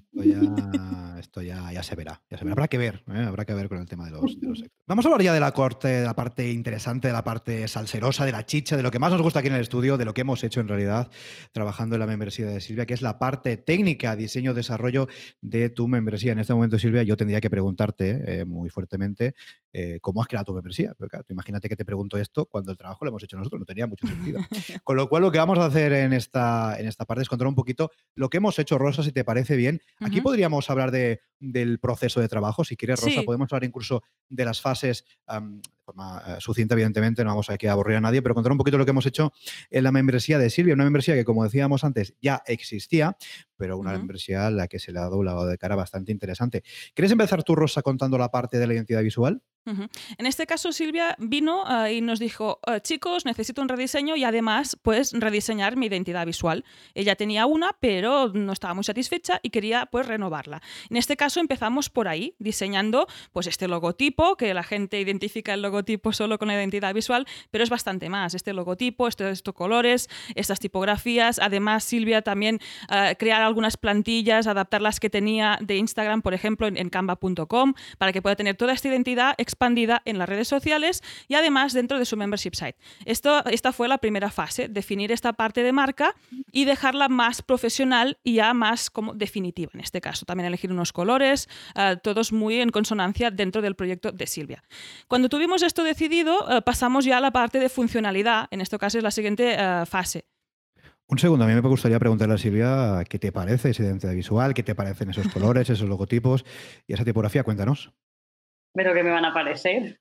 bueno. Esto ya se verá. Habrá que ver con el tema de los extras. Vamos a hablar ya de la corte, de la parte interesante, de la parte salserosa, de la chicha, de lo que más nos gusta aquí en el estudio, de lo que hemos hecho en realidad trabajando en la membresía de Silvia, que es la parte técnica, diseño, desarrollo de tu membresía. En este momento, Silvia, yo tendría que preguntarte muy fuertemente cómo has creado tu membresía. Pero claro, tú imagínate que te pregunto esto cuando el trabajo lo hemos hecho nosotros, no tenía mucho sentido. Con lo cual, lo que vamos a hacer en esta parte es contar un poquito lo que hemos hecho, Rosa, si te parece bien. Aquí podríamos hablar del proceso de trabajo. Si quieres, Rosa, podemos hablar incluso de las fases de forma sucinta, evidentemente, no vamos aquí a aburrir a nadie, pero contar un poquito lo que hemos hecho en la membresía de Silvia, una membresía que, como decíamos antes, ya existía, pero una membresía a la que se le ha dado un lavado de cara bastante interesante. ¿Quieres empezar tú, Rosa, contando la parte de la identidad visual? En este caso, Silvia vino y nos dijo, chicos, necesito un rediseño y además, pues, rediseñar mi identidad visual. Ella tenía una, pero no estaba muy satisfecha y quería, pues, renovarla. En este caso, empezamos por ahí, diseñando, pues, este logotipo, que la gente identifica el logotipo solo con la identidad visual, pero es bastante más. Este logotipo, estos colores, estas tipografías. Además, Silvia también crear algunas plantillas, adaptar las que tenía de Instagram, por ejemplo, en canva.com, para que pueda tener toda esta identidad expandida en las redes sociales y además dentro de su membership site. Esta fue la primera fase, definir esta parte de marca y dejarla más profesional y ya más como definitiva en este caso. También elegir unos colores, todos muy en consonancia dentro del proyecto de Silvia. Cuando tuvimos esto decidido, pasamos ya a la parte de funcionalidad, en este caso es la siguiente fase. Un segundo, a mí me gustaría preguntarle a Silvia qué te parece esa identidad visual, qué te parecen esos colores, esos logotipos y esa tipografía. Cuéntanos. Pero ¿qué me van a parecer?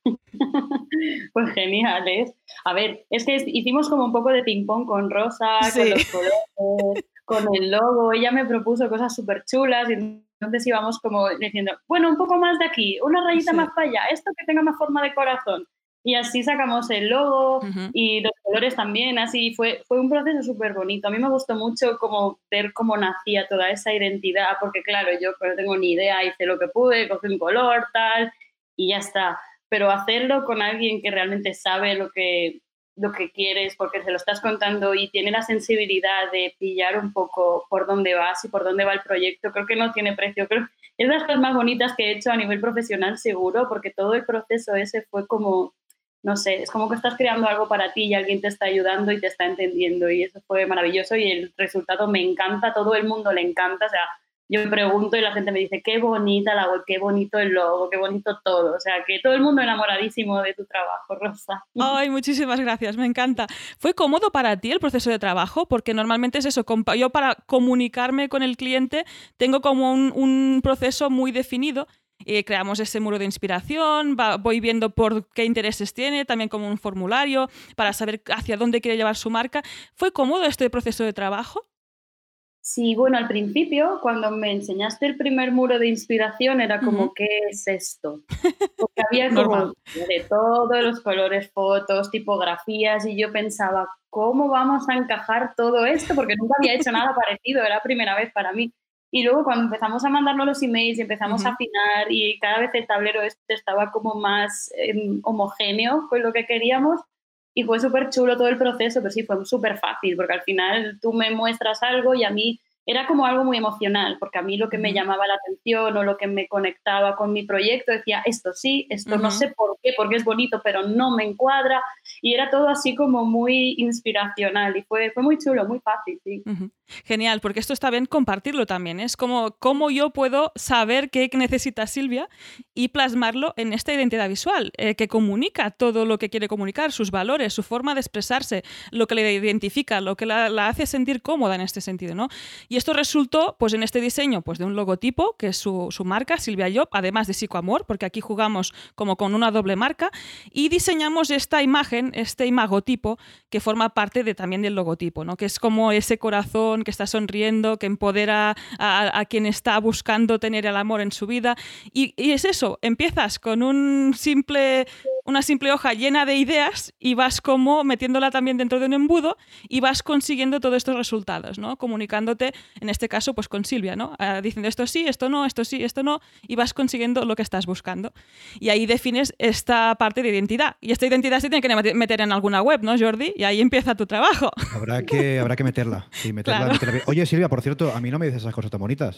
Pues geniales. A ver, es que hicimos como un poco de ping-pong con Rosa, sí, con los colores, con el logo. Ella me propuso cosas súper chulas y entonces íbamos como diciendo, bueno, un poco más de aquí, una rayita más para allá, esto que tenga más forma de corazón. Y así sacamos el logo y los colores también, así fue un proceso súper bonito. A mí me gustó mucho como ver cómo nacía toda esa identidad, porque claro, yo no tengo ni idea, hice lo que pude, cogí un color, tal, y ya está. Pero hacerlo con alguien que realmente sabe lo que quieres, porque se lo estás contando y tiene la sensibilidad de pillar un poco por dónde vas y por dónde va el proyecto, creo que no tiene precio. Creo es de las cosas más bonitas que he hecho a nivel profesional, seguro, porque todo el proceso ese fue como... No sé, es como que estás creando algo para ti y alguien te está ayudando y te está entendiendo y eso fue maravilloso y el resultado me encanta, todo el mundo le encanta, o sea, yo me pregunto y la gente me dice qué bonita la web, qué bonito el logo, qué bonito todo, o sea, que todo el mundo enamoradísimo de tu trabajo, Rosa. Ay, muchísimas gracias, me encanta. ¿Fue cómodo para ti el proceso de trabajo? Porque normalmente es eso, yo para comunicarme con el cliente tengo como un proceso muy definido. Creamos ese muro de inspiración, voy viendo por qué intereses tiene, también como un formulario para saber hacia dónde quiere llevar su marca. ¿Fue cómodo este proceso de trabajo? Sí, bueno, al principio, cuando me enseñaste el primer muro de inspiración, era como, ¿qué es esto? Porque había como de todos los colores, fotos, tipografías, y yo pensaba, ¿cómo vamos a encajar todo esto? Porque nunca había hecho nada parecido, era la primera vez para mí. Y luego cuando empezamos a mandarnos los emails y empezamos a afinar y cada vez el tablero estaba como más homogéneo con lo que queríamos y fue súper chulo todo el proceso, pero sí, fue súper fácil porque al final tú me muestras algo y a mí era como algo muy emocional porque a mí lo que me llamaba la atención o lo que me conectaba con mi proyecto decía esto sí, esto no sé por qué, porque es bonito, pero no me encuadra y era todo así como muy inspiracional y fue muy chulo, muy fácil, sí. Genial, porque esto está bien compartirlo también. Es como cómo yo puedo saber qué necesita Silvia y plasmarlo en esta identidad visual, que comunica todo lo que quiere comunicar, sus valores, su forma de expresarse, lo que le identifica, lo que la hace sentir cómoda en este sentido, ¿no? Y esto resultó pues, en este diseño pues, de un logotipo, que es su marca, Silvia Llop, además de Psicoamor, porque aquí jugamos como con una doble marca, y diseñamos esta imagen, este imagotipo, que forma parte también del logotipo, ¿no? Que es como ese corazón que está sonriendo, que empodera a quien está buscando tener el amor en su vida. Y es eso, empiezas con una simple hoja llena de ideas y vas como metiéndola también dentro de un embudo y vas consiguiendo todos estos resultados, ¿no? Comunicándote, en este caso, pues con Silvia, ¿no? Diciendo esto sí, esto no, esto sí, esto no, y vas consiguiendo lo que estás buscando. Y ahí defines esta parte de identidad. Y esta identidad se tiene que meter en alguna web, ¿no, Jordi? Y ahí empieza tu trabajo. Habrá que meterla. Sí, meterla, claro. meterla. Oye, Silvia, por cierto, a mí no me dices esas cosas tan bonitas.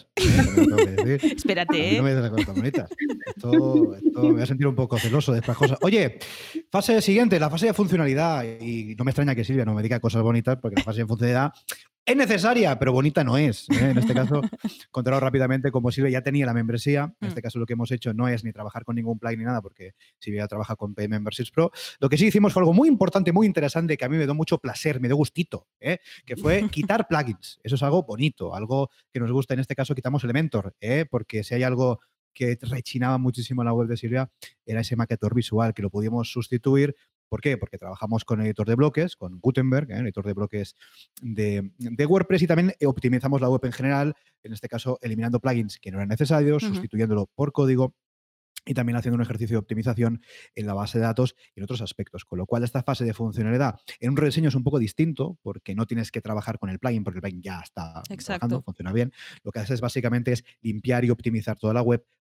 Espérate. A mí no me dices esas cosas tan bonitas. Esto me voy a sentir un poco celoso de estas cosas. Oye, fase siguiente, la fase de funcionalidad. Y no me extraña que Silvia no me diga cosas bonitas porque la fase de funcionalidad es necesaria, pero bonita no es. En este caso, contaros rápidamente como Silvia ya tenía la membresía. En este caso lo que hemos hecho no es ni trabajar con ningún plugin ni nada porque Silvia trabaja con Pay Memberships Pro. Lo que sí hicimos fue algo muy importante, muy interesante, que a mí me dio mucho placer, me dio gustito, que fue quitar plugins. Eso es algo bonito, algo que nos gusta. En este caso quitamos Elementor, porque si hay algo que rechinaba muchísimo en la web de Silvia era ese maquetador visual, que lo pudimos sustituir. ¿Por qué? Porque trabajamos con editor de bloques, con Gutenberg, editor de bloques de WordPress, y también optimizamos la web en general, en este caso eliminando plugins que no eran necesarios, sustituyéndolo por código y también haciendo un ejercicio de optimización en la base de datos y en otros aspectos. Con lo cual, esta fase de funcionalidad en un rediseño es un poco distinto porque no tienes que trabajar con el plugin, porque el plugin ya está trabajando, funciona bien. Lo que haces básicamente es limpiar y optimizar toda la web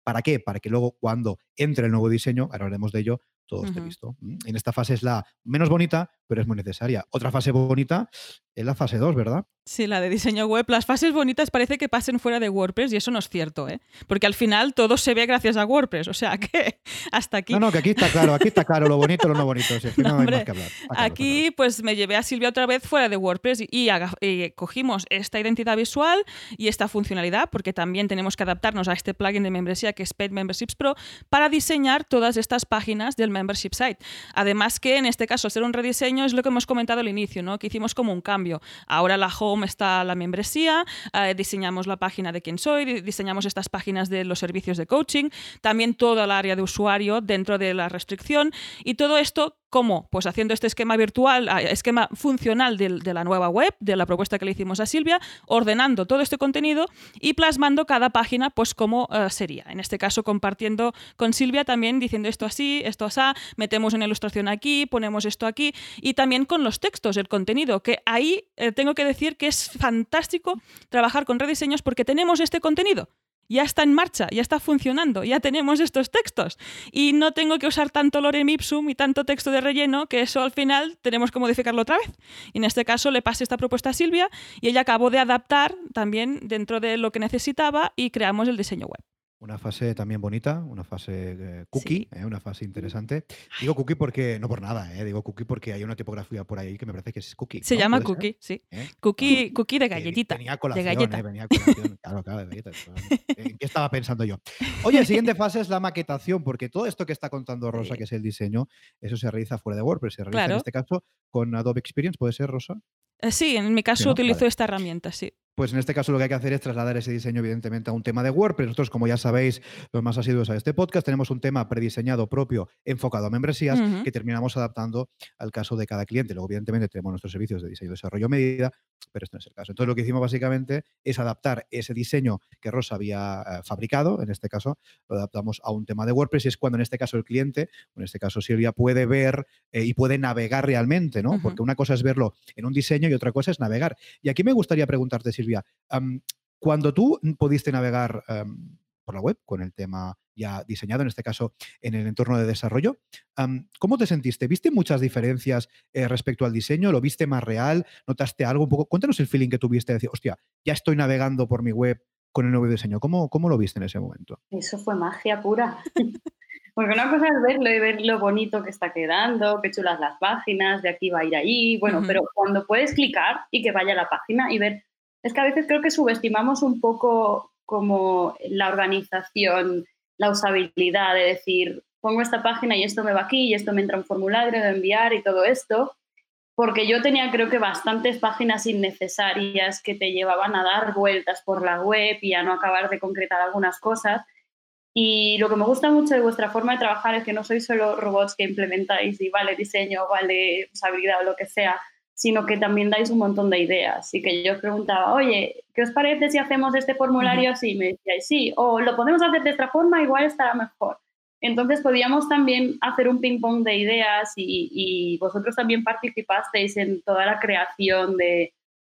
¿Para qué? Para que luego cuando entre el nuevo diseño, ahora hablaremos de ello, todo esté listo. En esta fase es la menos bonita, pero es muy necesaria. Otra fase bonita es la fase 2, ¿verdad? Sí, la de diseño web. Las fases bonitas parece que pasen fuera de WordPress y eso no es cierto, ¿eh? Porque al final todo se ve gracias a WordPress, o sea que hasta aquí... No, que aquí está claro lo bonito y lo no bonito. Si es que no hay más que hablar. Aquí pues me llevé a Silvia otra vez fuera de WordPress y cogimos esta identidad visual y esta funcionalidad, porque también tenemos que adaptarnos a este plugin de membresía que es Paid Memberships Pro para diseñar todas estas páginas del Membership Site. Además que en este caso, al ser un rediseño, es lo que hemos comentado al inicio, ¿no? Que hicimos como un cambio. Ahora la home está la membresía, diseñamos la página de quién soy, diseñamos estas páginas de los servicios de coaching, también toda el área de usuario dentro de la restricción y todo esto, ¿cómo? Pues haciendo este esquema virtual, esquema funcional de la nueva web, de la propuesta que le hicimos a Silvia, ordenando todo este contenido y plasmando cada página pues cómo sería. En este caso compartiendo con Silvia también diciendo esto así, esto así, metemos una ilustración aquí, ponemos esto aquí y también con los textos, el contenido, que ahí tengo que decir que es fantástico trabajar con rediseños porque tenemos este contenido. Ya está en marcha, ya está funcionando, ya tenemos estos textos y no tengo que usar tanto lorem ipsum y tanto texto de relleno que eso al final tenemos que modificarlo otra vez. Y en este caso le pasé esta propuesta a Silvia y ella acabó de adaptar también dentro de lo que necesitaba y creamos el diseño web. Una fase también bonita, una fase cookie, sí. Una fase interesante. Digo cookie porque, no por nada, digo cookie porque hay una tipografía por ahí que me parece que es cookie. Se llama cookie, sí. Cookie de galletita. Venía colación, de galleta. Venía colación. Claro, de galleta. ¿En qué estaba pensando yo? Oye, la siguiente fase es la maquetación, porque todo esto que está contando Rosa, que es el diseño, eso se realiza fuera de WordPress. Se realiza en este caso con Adobe Experience, ¿puede ser, Rosa? Sí, en mi caso utilizo esta herramienta, sí. Pues en este caso lo que hay que hacer es trasladar ese diseño evidentemente a un tema de WordPress. Nosotros, como ya sabéis, los más asiduos a este podcast, tenemos un tema prediseñado propio enfocado a membresías que terminamos adaptando al caso de cada cliente. Luego, evidentemente, tenemos nuestros servicios de diseño y desarrollo a medida, pero este no es el caso. Entonces, lo que hicimos básicamente es adaptar ese diseño que Rosa había fabricado, en este caso, lo adaptamos a un tema de WordPress y es cuando en este caso el cliente, o en este caso Silvia, puede ver y puede navegar realmente, ¿no? Porque una cosa es verlo en un diseño y otra cosa es navegar. Y aquí me gustaría preguntarte, Silvia, cuando tú pudiste navegar por la web con el tema ya diseñado, en este caso en el entorno de desarrollo, ¿cómo te sentiste? ¿Viste muchas diferencias respecto al diseño? ¿Lo viste más real? ¿Notaste algo un poco? Cuéntanos el feeling que tuviste de decir, hostia, ya estoy navegando por mi web con el nuevo diseño. ¿Cómo lo viste en ese momento? Eso fue magia pura. Porque una cosa es verlo y ver lo bonito que está quedando, qué chulas las páginas, de aquí va a ir ahí, bueno, pero cuando puedes clicar y que vaya a la página y ver. Es que a veces creo que subestimamos un poco como la organización, la usabilidad de decir, pongo esta página y esto me va aquí y esto me entra un formulario de enviar y todo esto, porque yo tenía creo que bastantes páginas innecesarias que te llevaban a dar vueltas por la web y a no acabar de concretar algunas cosas. Y lo que me gusta mucho de vuestra forma de trabajar es que no sois solo robots que implementáis y vale diseño, vale usabilidad o lo que sea, sino que también dais un montón de ideas. Y que yo os preguntaba, oye, ¿qué os parece si hacemos este formulario así? Y me decíais, sí, o lo podemos hacer de esta forma, igual estará mejor. Entonces podíamos también hacer un ping-pong de ideas y vosotros también participasteis en toda la creación de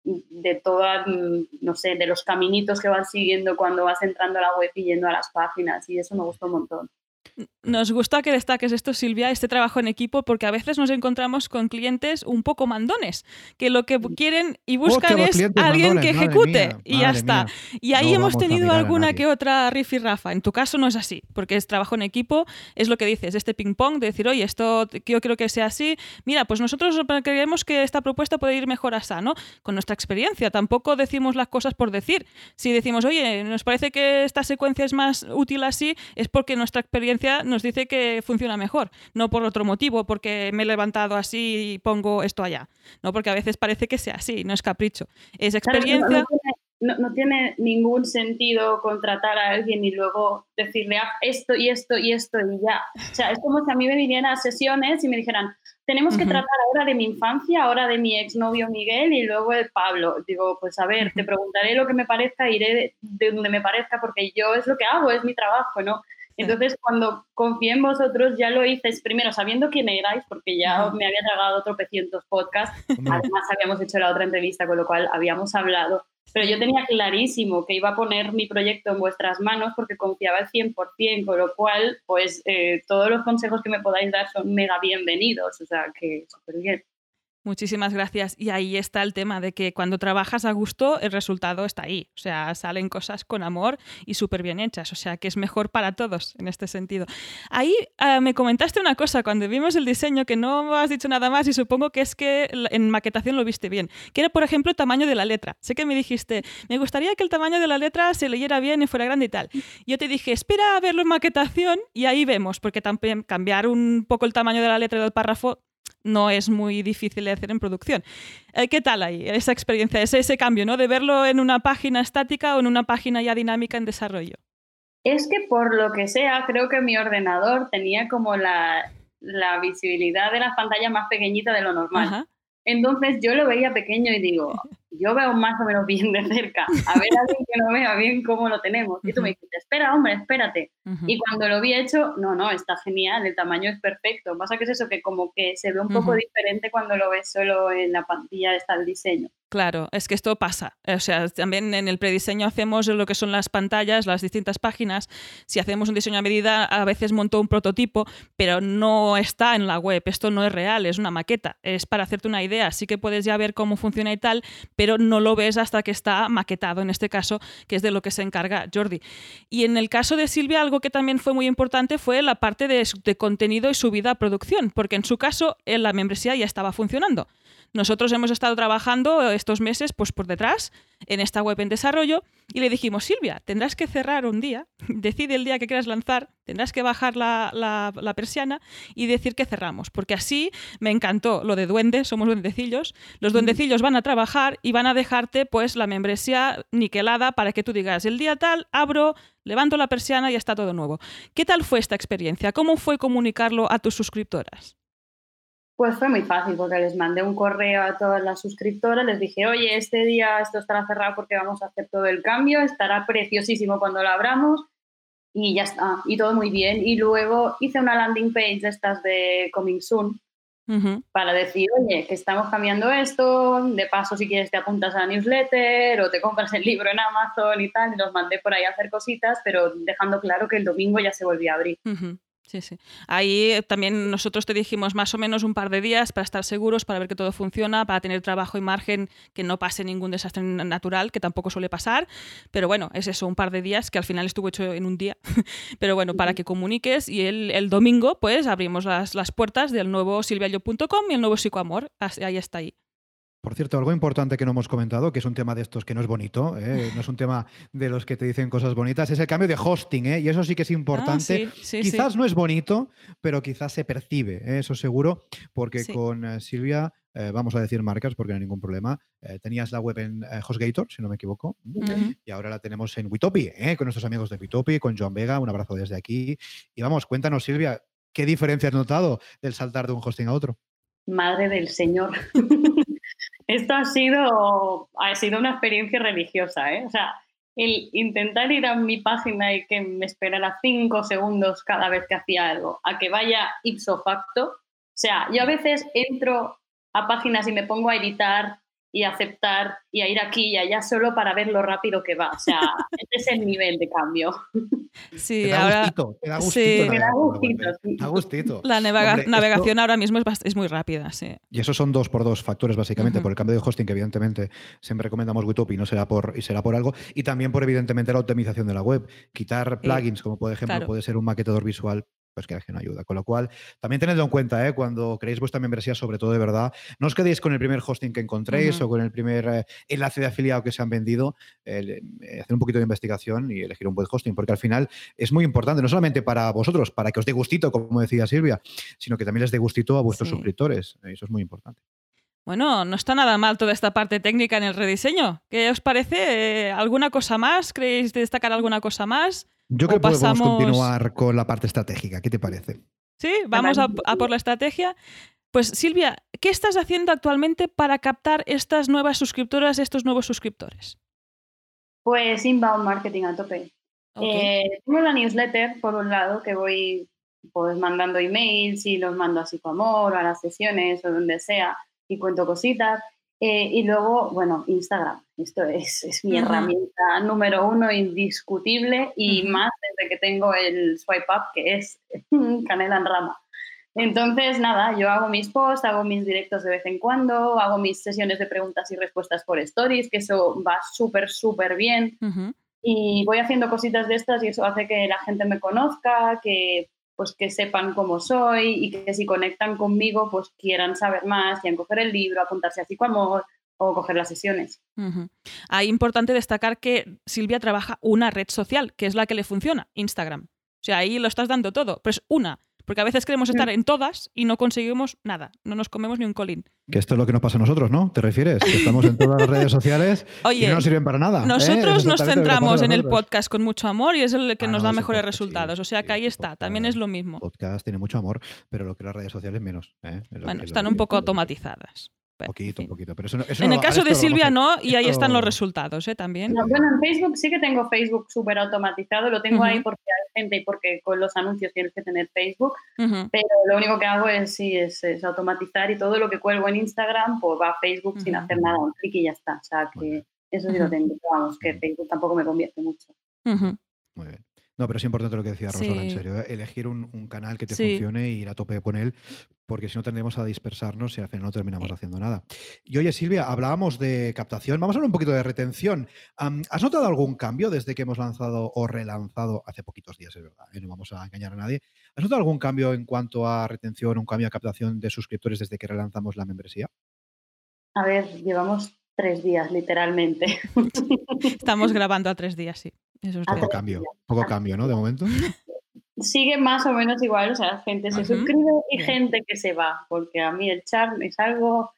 toda, no sé, de los caminitos que vas siguiendo cuando vas entrando a la web y yendo a las páginas, y eso me gustó un montón. Nos gusta que destaques esto, Silvia, este trabajo en equipo, porque a veces nos encontramos con clientes un poco mandones, que lo que quieren y buscan es alguien que ejecute y ya está. Y ahí hemos tenido alguna que otra rifirrafa. En tu caso no es así, porque es trabajo en equipo, es lo que dices, este ping-pong de decir, oye, esto yo creo que sea así. Mira, pues nosotros creemos que esta propuesta puede ir mejor así, ¿no? Con nuestra experiencia, tampoco decimos las cosas por decir. Si decimos, oye, nos parece que esta secuencia es más útil así, es porque nuestra experiencia nos dice que funciona mejor, no por otro motivo, porque me he levantado así y pongo esto allá. No, porque a veces parece que sea así, no es capricho. Es experiencia. No tiene ningún sentido contratar a alguien y luego decirle esto y esto y esto y ya. O sea, es como si a mí me vinieran a sesiones y me dijeran, tenemos que tratar ahora de mi infancia, ahora de mi exnovio Miguel y luego de Pablo. Digo, pues a ver, te preguntaré lo que me parezca, iré de donde me parezca porque yo es lo que hago, es mi trabajo, ¿no? Entonces, cuando confié en vosotros, ya lo hice primero sabiendo quién erais, porque ya me había tragado tropecientos podcasts. Además, habíamos hecho la otra entrevista, con lo cual habíamos hablado. Pero yo tenía clarísimo que iba a poner mi proyecto en vuestras manos porque confiaba al 100%, con lo cual, pues todos los consejos que me podáis dar son mega bienvenidos, o sea, que súper bien. Muchísimas gracias. Y ahí está el tema de que cuando trabajas a gusto, el resultado está ahí. O sea, salen cosas con amor y súper bien hechas. O sea, que es mejor para todos en este sentido. Ahí me comentaste una cosa cuando vimos el diseño que no has dicho nada más y supongo que es que en maquetación lo viste bien. Que era, por ejemplo, el tamaño de la letra. Sé que me dijiste, me gustaría que el tamaño de la letra se leyera bien y fuera grande y tal. Yo te dije, espera a verlo en maquetación y ahí vemos, porque también cambiar un poco el tamaño de la letra del párrafo no es muy difícil de hacer en producción. ¿Qué tal ahí esa experiencia, ese cambio, ¿no? De verlo en una página estática o en una página ya dinámica en desarrollo? Es que por lo que sea, creo que mi ordenador tenía como la visibilidad de la pantalla más pequeñita de lo normal. Ajá. Entonces yo lo veía pequeño y digo, yo veo más o menos bien de cerca. A ver, alguien que no vea bien cómo lo tenemos. Y tú me dijiste, espera, hombre, espérate. Y cuando lo vi hecho, no, está genial, el tamaño es perfecto. Pasa que es eso, que como que se ve un poco diferente cuando lo ves solo en la pantalla, está el diseño. Claro, es que esto pasa. O sea, también en el prediseño hacemos lo que son las pantallas, las distintas páginas. Si hacemos un diseño a medida, a veces monto un prototipo, pero no está en la web. Esto no es real, es una maqueta. Es para hacerte una idea. Sí que puedes ya ver cómo funciona y tal, pero no lo ves hasta que está maquetado, en este caso, que es de lo que se encarga Jordi. Y en el caso de Silvia, algo que también fue muy importante fue la parte de contenido y subida a producción, porque en su caso, la membresía ya estaba funcionando. Nosotros hemos estado trabajando estos meses pues, por detrás en esta web en desarrollo y le dijimos, Silvia, tendrás que cerrar un día, decide el día que quieras lanzar, tendrás que bajar la persiana y decir que cerramos, porque así me encantó lo de duendes, somos duendecillos, los duendecillos van a trabajar y van a dejarte pues la membresía niquelada para que tú digas, el día tal, abro, levanto la persiana y ya está todo nuevo. ¿Qué tal fue esta experiencia? ¿Cómo fue comunicarlo a tus suscriptoras? Pues fue muy fácil porque les mandé un correo a todas las suscriptoras, les dije, oye, este día esto estará cerrado porque vamos a hacer todo el cambio, estará preciosísimo cuando lo abramos y ya está, y todo muy bien. Y luego hice una landing page de estas de Coming Soon para decir, oye, que estamos cambiando esto, de paso si quieres te apuntas a la newsletter o te compras el libro en Amazon y tal, y los mandé por ahí a hacer cositas, pero dejando claro que el domingo ya se volvía a abrir. Sí, sí. Ahí también nosotros te dijimos más o menos un par de días para estar seguros, para ver que todo funciona, para tener trabajo y margen, que no pase ningún desastre natural, que tampoco suele pasar. Pero bueno, es eso, un par de días, que al final estuvo hecho en un día. Pero bueno, para que comuniques y el domingo pues abrimos las puertas del nuevo silviayo.com y el nuevo Psicoamor. Ahí está ahí. Por cierto, algo importante que no hemos comentado, que es un tema de estos que no es bonito, no es un tema de los que te dicen cosas bonitas, es el cambio de hosting, y eso sí que es importante. Quizás no es bonito, pero quizás se percibe, eso seguro, porque con Silvia, vamos a decir marcas porque no hay ningún problema, tenías la web en HostGator, si no me equivoco, y ahora la tenemos en Witopi, con nuestros amigos de Witopi, con Joan Vega, un abrazo desde aquí. Y vamos, cuéntanos, Silvia, ¿qué diferencia has notado del saltar de un hosting a otro? Madre del Señor. Esto ha sido una experiencia religiosa, O sea, el intentar ir a mi página y que me esperara 5 segundos cada vez que hacía algo, a que vaya ipso facto. O sea, yo a veces entro a páginas y me pongo a editar y a aceptar y a ir aquí y allá solo para ver lo rápido que va. O sea, este es el nivel de cambio. Sí, te da gustito. Me da gustito. La navegación ahora mismo es muy rápida, sí. Y esos son 2 por 2 factores, básicamente, por el cambio de hosting, que evidentemente siempre recomendamos Witopi, no será por algo, y también por, evidentemente, la optimización de la web. Quitar plugins, como por ejemplo puede ser un maquetador visual, pues que no ayuda. Con lo cual, también tenedlo en cuenta, cuando creéis vuestra membresía, sobre todo de verdad, no os quedéis con el primer hosting que encontréis o con el primer enlace de afiliado que se han vendido, hacer un poquito de investigación y elegir un buen hosting, porque al final es muy importante, no solamente para vosotros, para que os dé gustito, como decía Silvia, sino que también les dé gustito a vuestros suscriptores. Eso es muy importante. Bueno, no está nada mal toda esta parte técnica en el rediseño. ¿Qué os parece? ¿Alguna cosa más? ¿Queréis destacar alguna cosa más? Yo creo que podemos continuar con la parte estratégica. ¿Qué te parece? Sí, vamos a por la estrategia. Pues Silvia, ¿qué estás haciendo actualmente para captar estas nuevas suscriptoras, estos nuevos suscriptores? Pues inbound marketing a tope. Tengo la newsletter, por un lado, que voy pues mandando emails y los mando a Psicoamor, a las sesiones o donde sea, y cuento cositas. Y luego, bueno, Instagram. Esto es mi herramienta número 1 indiscutible y más desde que tengo el swipe up, que es canela en rama. Entonces, nada, yo hago mis posts, hago mis directos de vez en cuando, hago mis sesiones de preguntas y respuestas por stories, que eso va súper, súper bien. Y voy haciendo cositas de estas y eso hace que la gente me conozca, que sepan cómo soy y que si conectan conmigo, pues quieran saber más, quieran coger el libro, apuntarse a Psicoamor o coger las sesiones. Ahí importante destacar que Silvia trabaja una red social, que es la que le funciona, Instagram. O sea, ahí lo estás dando todo, pero es una. Porque a veces queremos estar en todas y no conseguimos nada, no nos comemos ni un colín. Que esto es lo que nos pasa a nosotros, ¿no? ¿Te refieres? Que estamos en todas las redes sociales y no nos sirven para nada. Nosotros nos centramos en el podcast con mucho amor y es el que nos da mejores resultados. O sea que ahí está, también es lo mismo. El podcast tiene mucho amor, pero lo que las redes sociales menos. Bueno, están un poco automatizadas. Un poquito. Pero eso en el caso de Silvia no, y ahí están los resultados también. No, bueno, en Facebook sí que tengo Facebook súper automatizado, lo tengo ahí porque hay gente y porque con los anuncios tienes que tener Facebook, pero lo único que hago es automatizar y todo lo que cuelgo en Instagram pues va a Facebook sin hacer nada, un clic y ya está. O sea que eso sí lo tengo, pero vamos, que Facebook tampoco me convierte mucho. Muy bien. No, pero es importante lo que decía Rosola, en serio. Elegir un canal que te funcione y ir a tope con él, porque si no tendemos a dispersarnos y al final no terminamos haciendo nada. Y oye, Silvia, hablábamos de captación. Vamos a hablar un poquito de retención. ¿Has notado algún cambio desde que hemos lanzado o relanzado, hace poquitos días, es verdad, no vamos a engañar a nadie? ¿Has notado algún cambio en cuanto a retención, un cambio a captación de suscriptores desde que relanzamos la membresía? A ver, llevamos 3 días, literalmente. Estamos grabando a 3 días, sí. Eso es poco cambio, ¿no? De momento. Sigue más o menos igual, o sea, gente se suscribe y gente que se va, porque a mí el churn es algo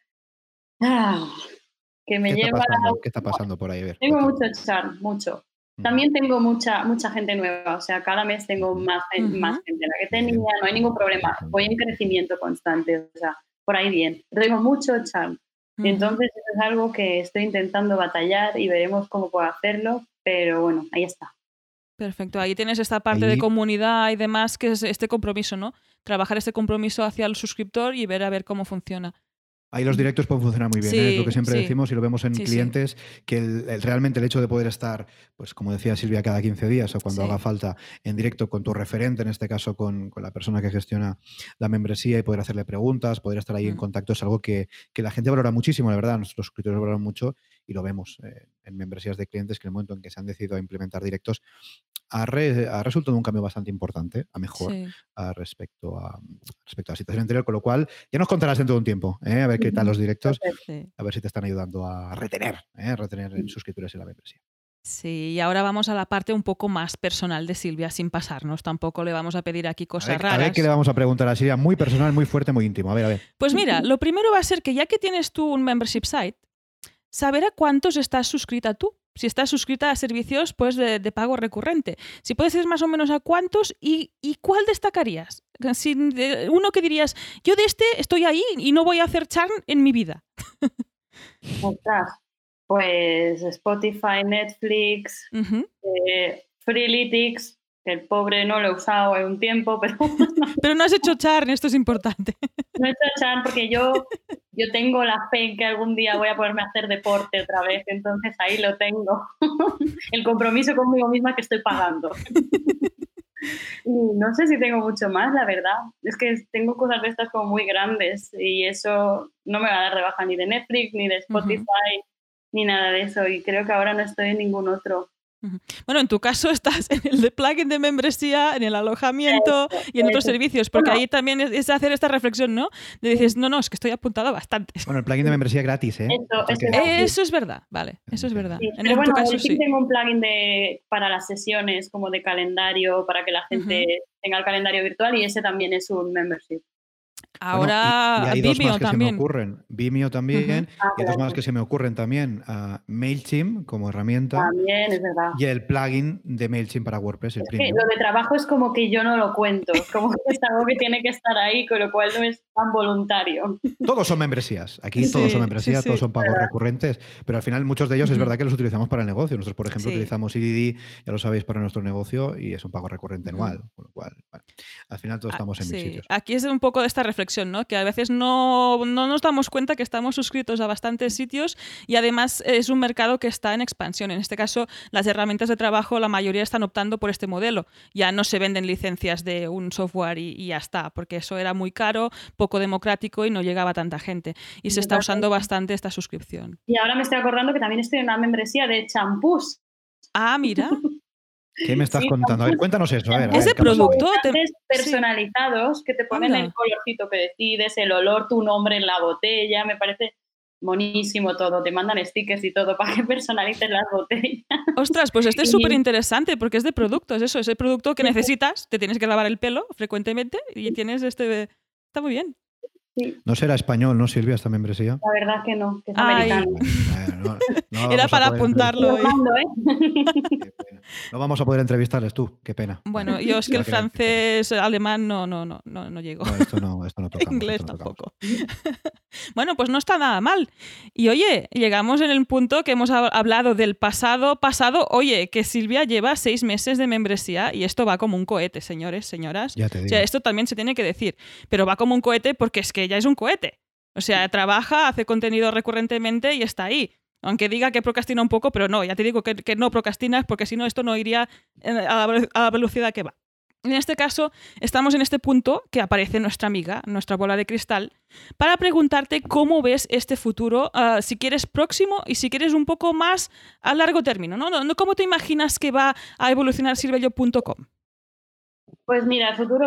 que me lleva a... ¿Qué está pasando por ahí? A ver, tengo mucho churn, mucho. También tengo mucha gente nueva, o sea, cada mes tengo más gente de la que tenía, no hay ningún problema, voy en crecimiento constante, o sea, por ahí bien. Tengo mucho churn. Entonces es algo que estoy intentando batallar y veremos cómo puedo hacerlo, pero bueno, ahí está. Perfecto, ahí tienes esta parte de comunidad y demás, que es este compromiso, ¿no? Trabajar este compromiso hacia el suscriptor y ver a ver cómo funciona. Ahí los directos pueden funcionar muy bien, es lo que siempre decimos y lo vemos en clientes, que realmente el hecho de poder estar, pues como decía Silvia, cada 15 días o cuando haga falta en directo con tu referente, en este caso con la persona que gestiona la membresía y poder hacerle preguntas, poder estar ahí en contacto, es algo que la gente valora muchísimo, la verdad, nuestros suscriptores valoran mucho y lo vemos en membresías de clientes que en el momento en que se han decidido a implementar directos ha resultado un cambio bastante importante, a mejor respecto a la situación anterior, con lo cual ya nos contarás dentro de un tiempo, a ver qué tal los directos, a ver si te están ayudando a retener suscriptores en la membresía. Sí, y ahora vamos a la parte un poco más personal de Silvia, sin pasarnos. Tampoco le vamos a pedir aquí cosas raras. A ver qué le vamos a preguntar a Silvia, muy personal, muy fuerte, muy íntimo. A ver. Pues mira, lo primero va a ser que ya que tienes tú un membership site, saber a cuántos estás suscrita tú. Si estás suscrita a servicios pues, de pago recurrente. Si puedes decir más o menos a cuántos y cuál destacarías. Uno que dirías, yo de este estoy ahí y no voy a hacer churn en mi vida. Ostras, pues Spotify, Netflix, Freeletics, que el pobre no lo he usado en un tiempo, pero... Pero no has hecho churn, esto es importante. No he hecho churn porque yo tengo la fe en que algún día voy a poderme hacer deporte otra vez, entonces ahí lo tengo. El compromiso conmigo misma que estoy pagando. Y no sé si tengo mucho más, la verdad. Es que tengo cosas de estas como muy grandes y eso no me va a dar de baja ni de Netflix, ni de Spotify, ni nada de eso. Y creo que ahora no estoy en ningún otro. Bueno, en tu caso estás en el de plugin de membresía, en el alojamiento y en otros servicios, porque ahí también es hacer esta reflexión, ¿no? De dices, no, es que estoy apuntada bastante. Bueno, el plugin de membresía es gratis, ¿eh? Eso es verdad, vale, eso es verdad. Sí, pero bueno, caso, sí tengo un plugin para las sesiones, como de calendario, para que la gente tenga el calendario virtual y ese también es un membership. Ahora y hay Vimeo dos más que también. Se me ocurren. Vimeo también. Y hay dos más que se me ocurren también. MailChimp como herramienta. También, es verdad. Y el plugin de MailChimp para WordPress. Es que lo de trabajo es como que yo no lo cuento. Es como que es algo que tiene que estar ahí, con lo cual no es tan voluntario. Todos son membresías. Aquí todos son membresías, todos son pagos recurrentes. Pero al final muchos de ellos es verdad que los utilizamos para el negocio. Nosotros, por ejemplo, utilizamos EDD, ya lo sabéis, para nuestro negocio y es un pago recurrente anual. Con lo cual, bueno, al final todos estamos en mil sitios. Aquí es un poco de esta reflexión reflexión, ¿no? Que a veces no nos damos cuenta que estamos suscritos a bastantes sitios y además es un mercado que está en expansión. En este caso, las herramientas de trabajo, la mayoría están optando por este modelo. Ya no se venden licencias de un software y ya está, porque eso era muy caro, poco democrático y no llegaba a tanta gente. Y se está usando bastante esta suscripción. Y ahora me estoy acordando que también estoy en una membresía de champús. Ah, mira. ¿Qué me estás contando? A ver, cuéntanos eso. ¿Es de producto? Personalizados que te ponen el colorcito que decides, el olor, tu nombre en la botella. Me parece monísimo todo. Te mandan stickers y todo para que personalices las botellas. Ostras, pues este es súper interesante porque es de productos. Eso es el producto que necesitas. Te tienes que lavar el pelo frecuentemente y tienes este... Está muy bien. Sí. No será español, ¿no, Silvia, esta membresía? La verdad que no, que es americano. Era para apuntarlo. No vamos a poder entrevistarles, tú, qué pena. Bueno, yo es que el francés, alemán no llego. No, esto no toca. Inglés tampoco. Bueno, pues no está nada mal. Y oye, llegamos en el punto que hemos hablado del pasado. Oye, que Silvia lleva 6 meses de membresía y esto va como un cohete, señores, señoras. Ya te digo. O sea, esto también se tiene que decir. Pero va como un cohete porque es que ella es un cohete. O sea, trabaja, hace contenido recurrentemente y está ahí. Aunque diga que procrastina un poco, pero no, ya te digo que no procrastinas porque si no esto no iría a la velocidad que va. En este caso, estamos en este punto que aparece nuestra amiga, nuestra bola de cristal, para preguntarte cómo ves este futuro, si quieres próximo y si quieres un poco más a largo término, ¿no? ¿Cómo te imaginas que va a evolucionar silviayob.com? Pues mira, el futuro...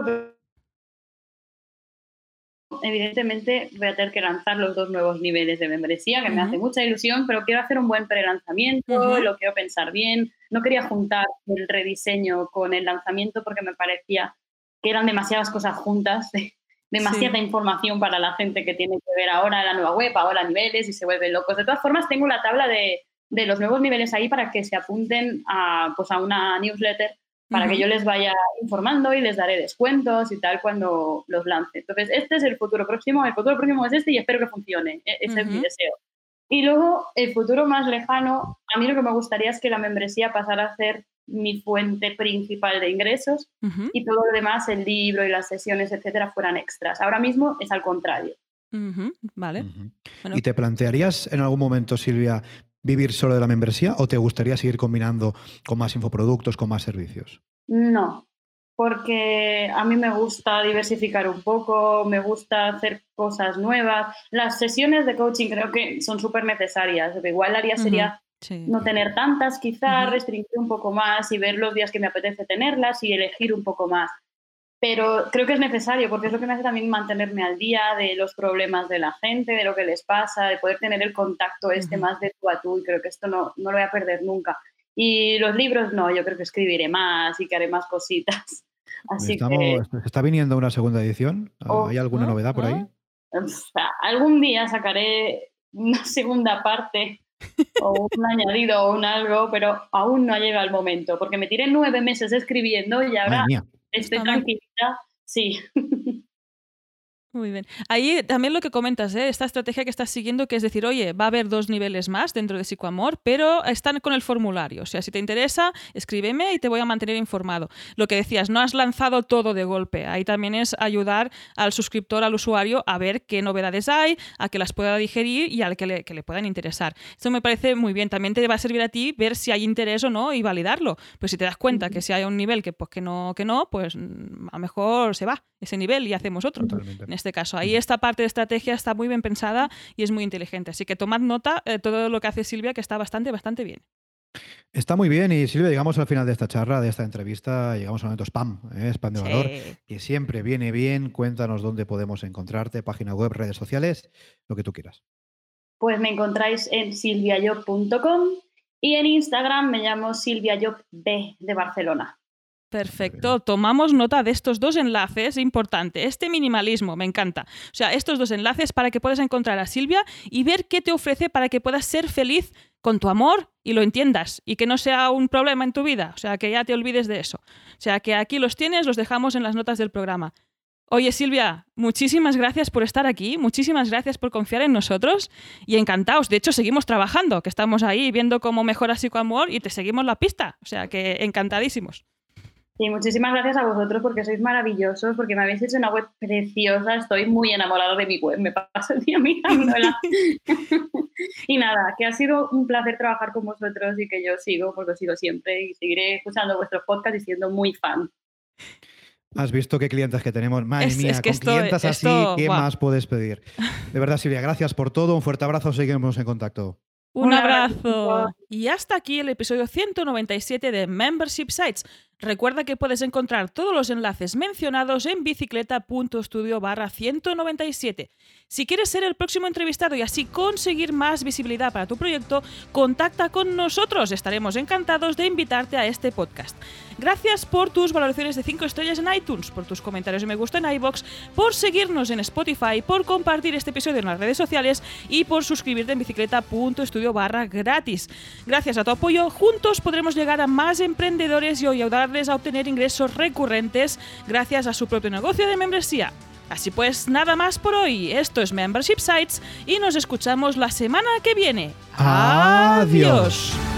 Evidentemente voy a tener que lanzar los 2 nuevos niveles de membresía, que me hace mucha ilusión, pero quiero hacer un buen pre-lanzamiento, lo quiero pensar bien. No quería juntar el rediseño con el lanzamiento porque me parecía que eran demasiadas cosas juntas, demasiada información para la gente que tiene que ver ahora la nueva web, ahora niveles y se vuelven locos. De todas formas, tengo la tabla de los nuevos niveles ahí para que se apunten a una newsletter para que yo les vaya informando y les daré descuentos y tal cuando los lance. Entonces, este es el futuro próximo. El futuro próximo es este y espero que funcione. Ese es mi deseo. Y luego, el futuro más lejano, a mí lo que me gustaría es que la membresía pasara a ser mi fuente principal de ingresos y todo lo demás, el libro y las sesiones, etcétera, fueran extras. Ahora mismo es al contrario. Vale. Bueno. ¿Y te plantearías en algún momento, Silvia, vivir solo de la membresía o te gustaría seguir combinando con más infoproductos, con más servicios? No, porque a mí me gusta diversificar un poco, me gusta hacer cosas nuevas. Las sesiones de coaching creo que son súper necesarias. Lo que igual haría sería no tener tantas, quizás restringir un poco más y ver los días que me apetece tenerlas y elegir un poco más. Pero creo que es necesario porque es lo que me hace también mantenerme al día de los problemas de la gente, de lo que les pasa, de poder tener el contacto más de tú a tú, y creo que esto no lo voy a perder nunca. Y los libros no, yo creo que escribiré más y que haré más cositas. Así que... ¿Está viniendo una segunda edición? ¿Hay alguna novedad por ahí? Algún día sacaré una segunda parte o un añadido o un algo, pero aún no ha llegado el momento, porque me tiré 9 meses escribiendo y ahora... Estoy tranquilita, sí. Muy bien. Ahí también lo que comentas, esta estrategia que estás siguiendo, que es decir, oye, va a haber 2 niveles más dentro de Psicoamor, pero están con el formulario. O sea, si te interesa, escríbeme y te voy a mantener informado. Lo que decías, no has lanzado todo de golpe. Ahí también es ayudar al suscriptor, al usuario, a ver qué novedades hay, a que las pueda digerir y al que le puedan interesar. Esto me parece muy bien. También te va a servir a ti ver si hay interés o no y validarlo. Pues si te das cuenta que si hay un nivel que no, pues a lo mejor se va ese nivel y hacemos otro. Totalmente. En este caso. Ahí esta parte de estrategia está muy bien pensada y es muy inteligente. Así que tomad nota de todo lo que hace Silvia, que está bastante bien. Está muy bien. Y Silvia, llegamos al final de esta charla, de esta entrevista, llegamos al momento spam de valor, que siempre viene bien. Cuéntanos dónde podemos encontrarte, página web, redes sociales, lo que tú quieras. Pues me encontráis en silviayob.com y en Instagram me llamo silviayob de Barcelona. Perfecto, tomamos nota de estos 2 enlaces, importante, este minimalismo, me encanta. O sea, estos 2 enlaces para que puedas encontrar a Silvia y ver qué te ofrece para que puedas ser feliz con tu amor y lo entiendas y que no sea un problema en tu vida, o sea, que ya te olvides de eso. O sea, que aquí los tienes, los dejamos en las notas del programa. Oye, Silvia, muchísimas gracias por estar aquí, muchísimas gracias por confiar en nosotros y encantados. De hecho, seguimos trabajando, que estamos ahí viendo cómo mejora Psicoamor y te seguimos la pista, o sea, que encantadísimos. Sí, muchísimas gracias a vosotros porque sois maravillosos, porque me habéis hecho una web preciosa. Estoy muy enamorada de mi web, me paso el día mirándola. Y nada, que ha sido un placer trabajar con vosotros y que yo sigo, porque os sigo siempre y seguiré escuchando vuestros podcasts y siendo muy fan. Has visto qué clientes que tenemos. Madre mía, con clientes así, ¿qué más puedes pedir? De verdad, Silvia, gracias por todo. Un fuerte abrazo, seguimos en contacto. Un abrazo. Y hasta aquí el episodio 197 de Membership Sites. Recuerda que puedes encontrar todos los enlaces mencionados en bicicleta.studio/197. Si quieres ser el próximo entrevistado y así conseguir más visibilidad para tu proyecto, contacta con nosotros. Estaremos encantados de invitarte a este podcast. Gracias por tus valoraciones de 5 estrellas en iTunes, por tus comentarios de me gusta en iVoox, por seguirnos en Spotify, por compartir este episodio en las redes sociales y por suscribirte en bicicleta.studio/gratis. Gracias a tu apoyo, juntos podremos llegar a más emprendedores y ayudarles a obtener ingresos recurrentes gracias a su propio negocio de membresía. Así pues, nada más por hoy. Esto es Membership Sites y nos escuchamos la semana que viene. ¡Adiós!